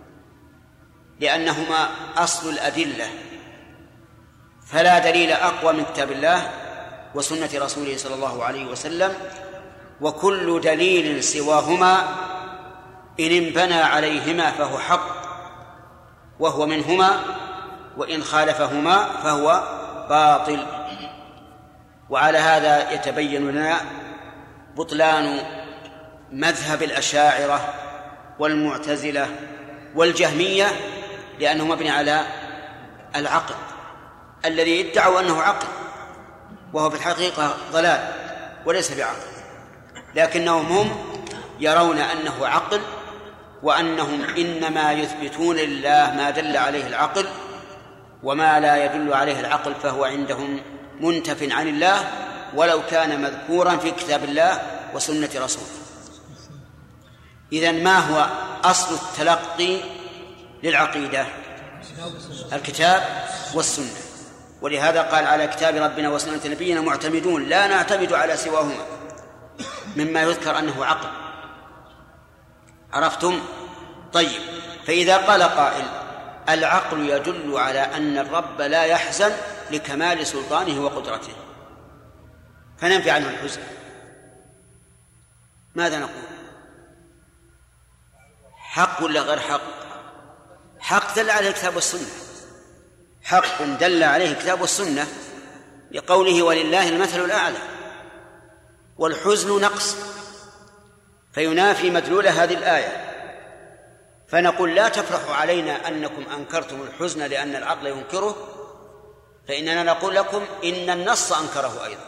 لأنهما أصل الأدلة، فلا دليل أقوى من كتاب الله وسنة رسوله صلى الله عليه وسلم، وكل دليل سواهما إن انبنى عليهما فهو حق وهو منهما، وإن خالفهما فهو باطل. وعلى هذا يتبين لنا بطلان مذهب الأشاعرة والمعتزلة والجهمية، لأنه مبني على العقل الذي ادعوا أنه عقل، وهو في الحقيقة ضلال وليس بعقل، لكنهم هم يرون أنه عقل، وأنهم إنما يثبتون لله ما دل عليه العقل، وما لا يدل عليه العقل فهو عندهم منتف عن الله ولو كان مذكورا في كتاب الله وسنة رسوله. إذن ما هو أصل التلقي للعقيدة؟ الكتاب والسنة. ولهذا قال على كتاب ربنا وسنة نبينا معتمدون، لا نعتمد على سواهما مما يذكر أنه عقل. عرفتم؟ طيب، فإذا قال قائل العقل يدل على أن الرب لا يحزن لكمال سلطانه وقدرته، فننفي عنه الحزن، ماذا نقول؟ حق ولا غير حق؟ حق دل عليه الكتاب والسنة، حق دل عليه الكتاب والسنة لقوله ولله المثل الأعلى، والحزن نقص فينافي مدلول هذه الآية. فنقول لا تفرحوا علينا أنكم أنكرتم الحزن لأن العقل ينكره، فإننا نقول لكم إن النص أنكره أيضا،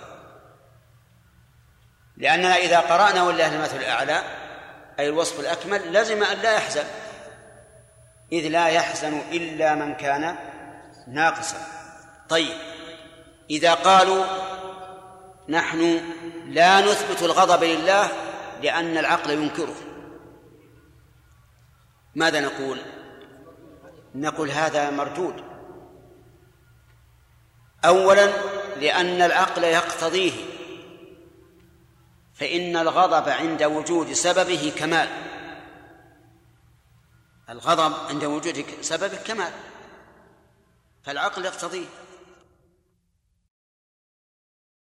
لأننا إذا قرأنا ولله المثل الأعلى أي الوصف الأكمل لازم أن لا يحزن، إذ لا يحزن إلا من كان ناقصا. طيب، إذا قالوا نحن لا نثبت الغضب لله لأن العقل ينكره، ماذا نقول؟ نقول هذا مردود. أولا لأن العقل يقتضيه، فإن الغضب عند وجود سببه كمال، الغضب عند وجود سببه كمال، فالعقل يقتضيه.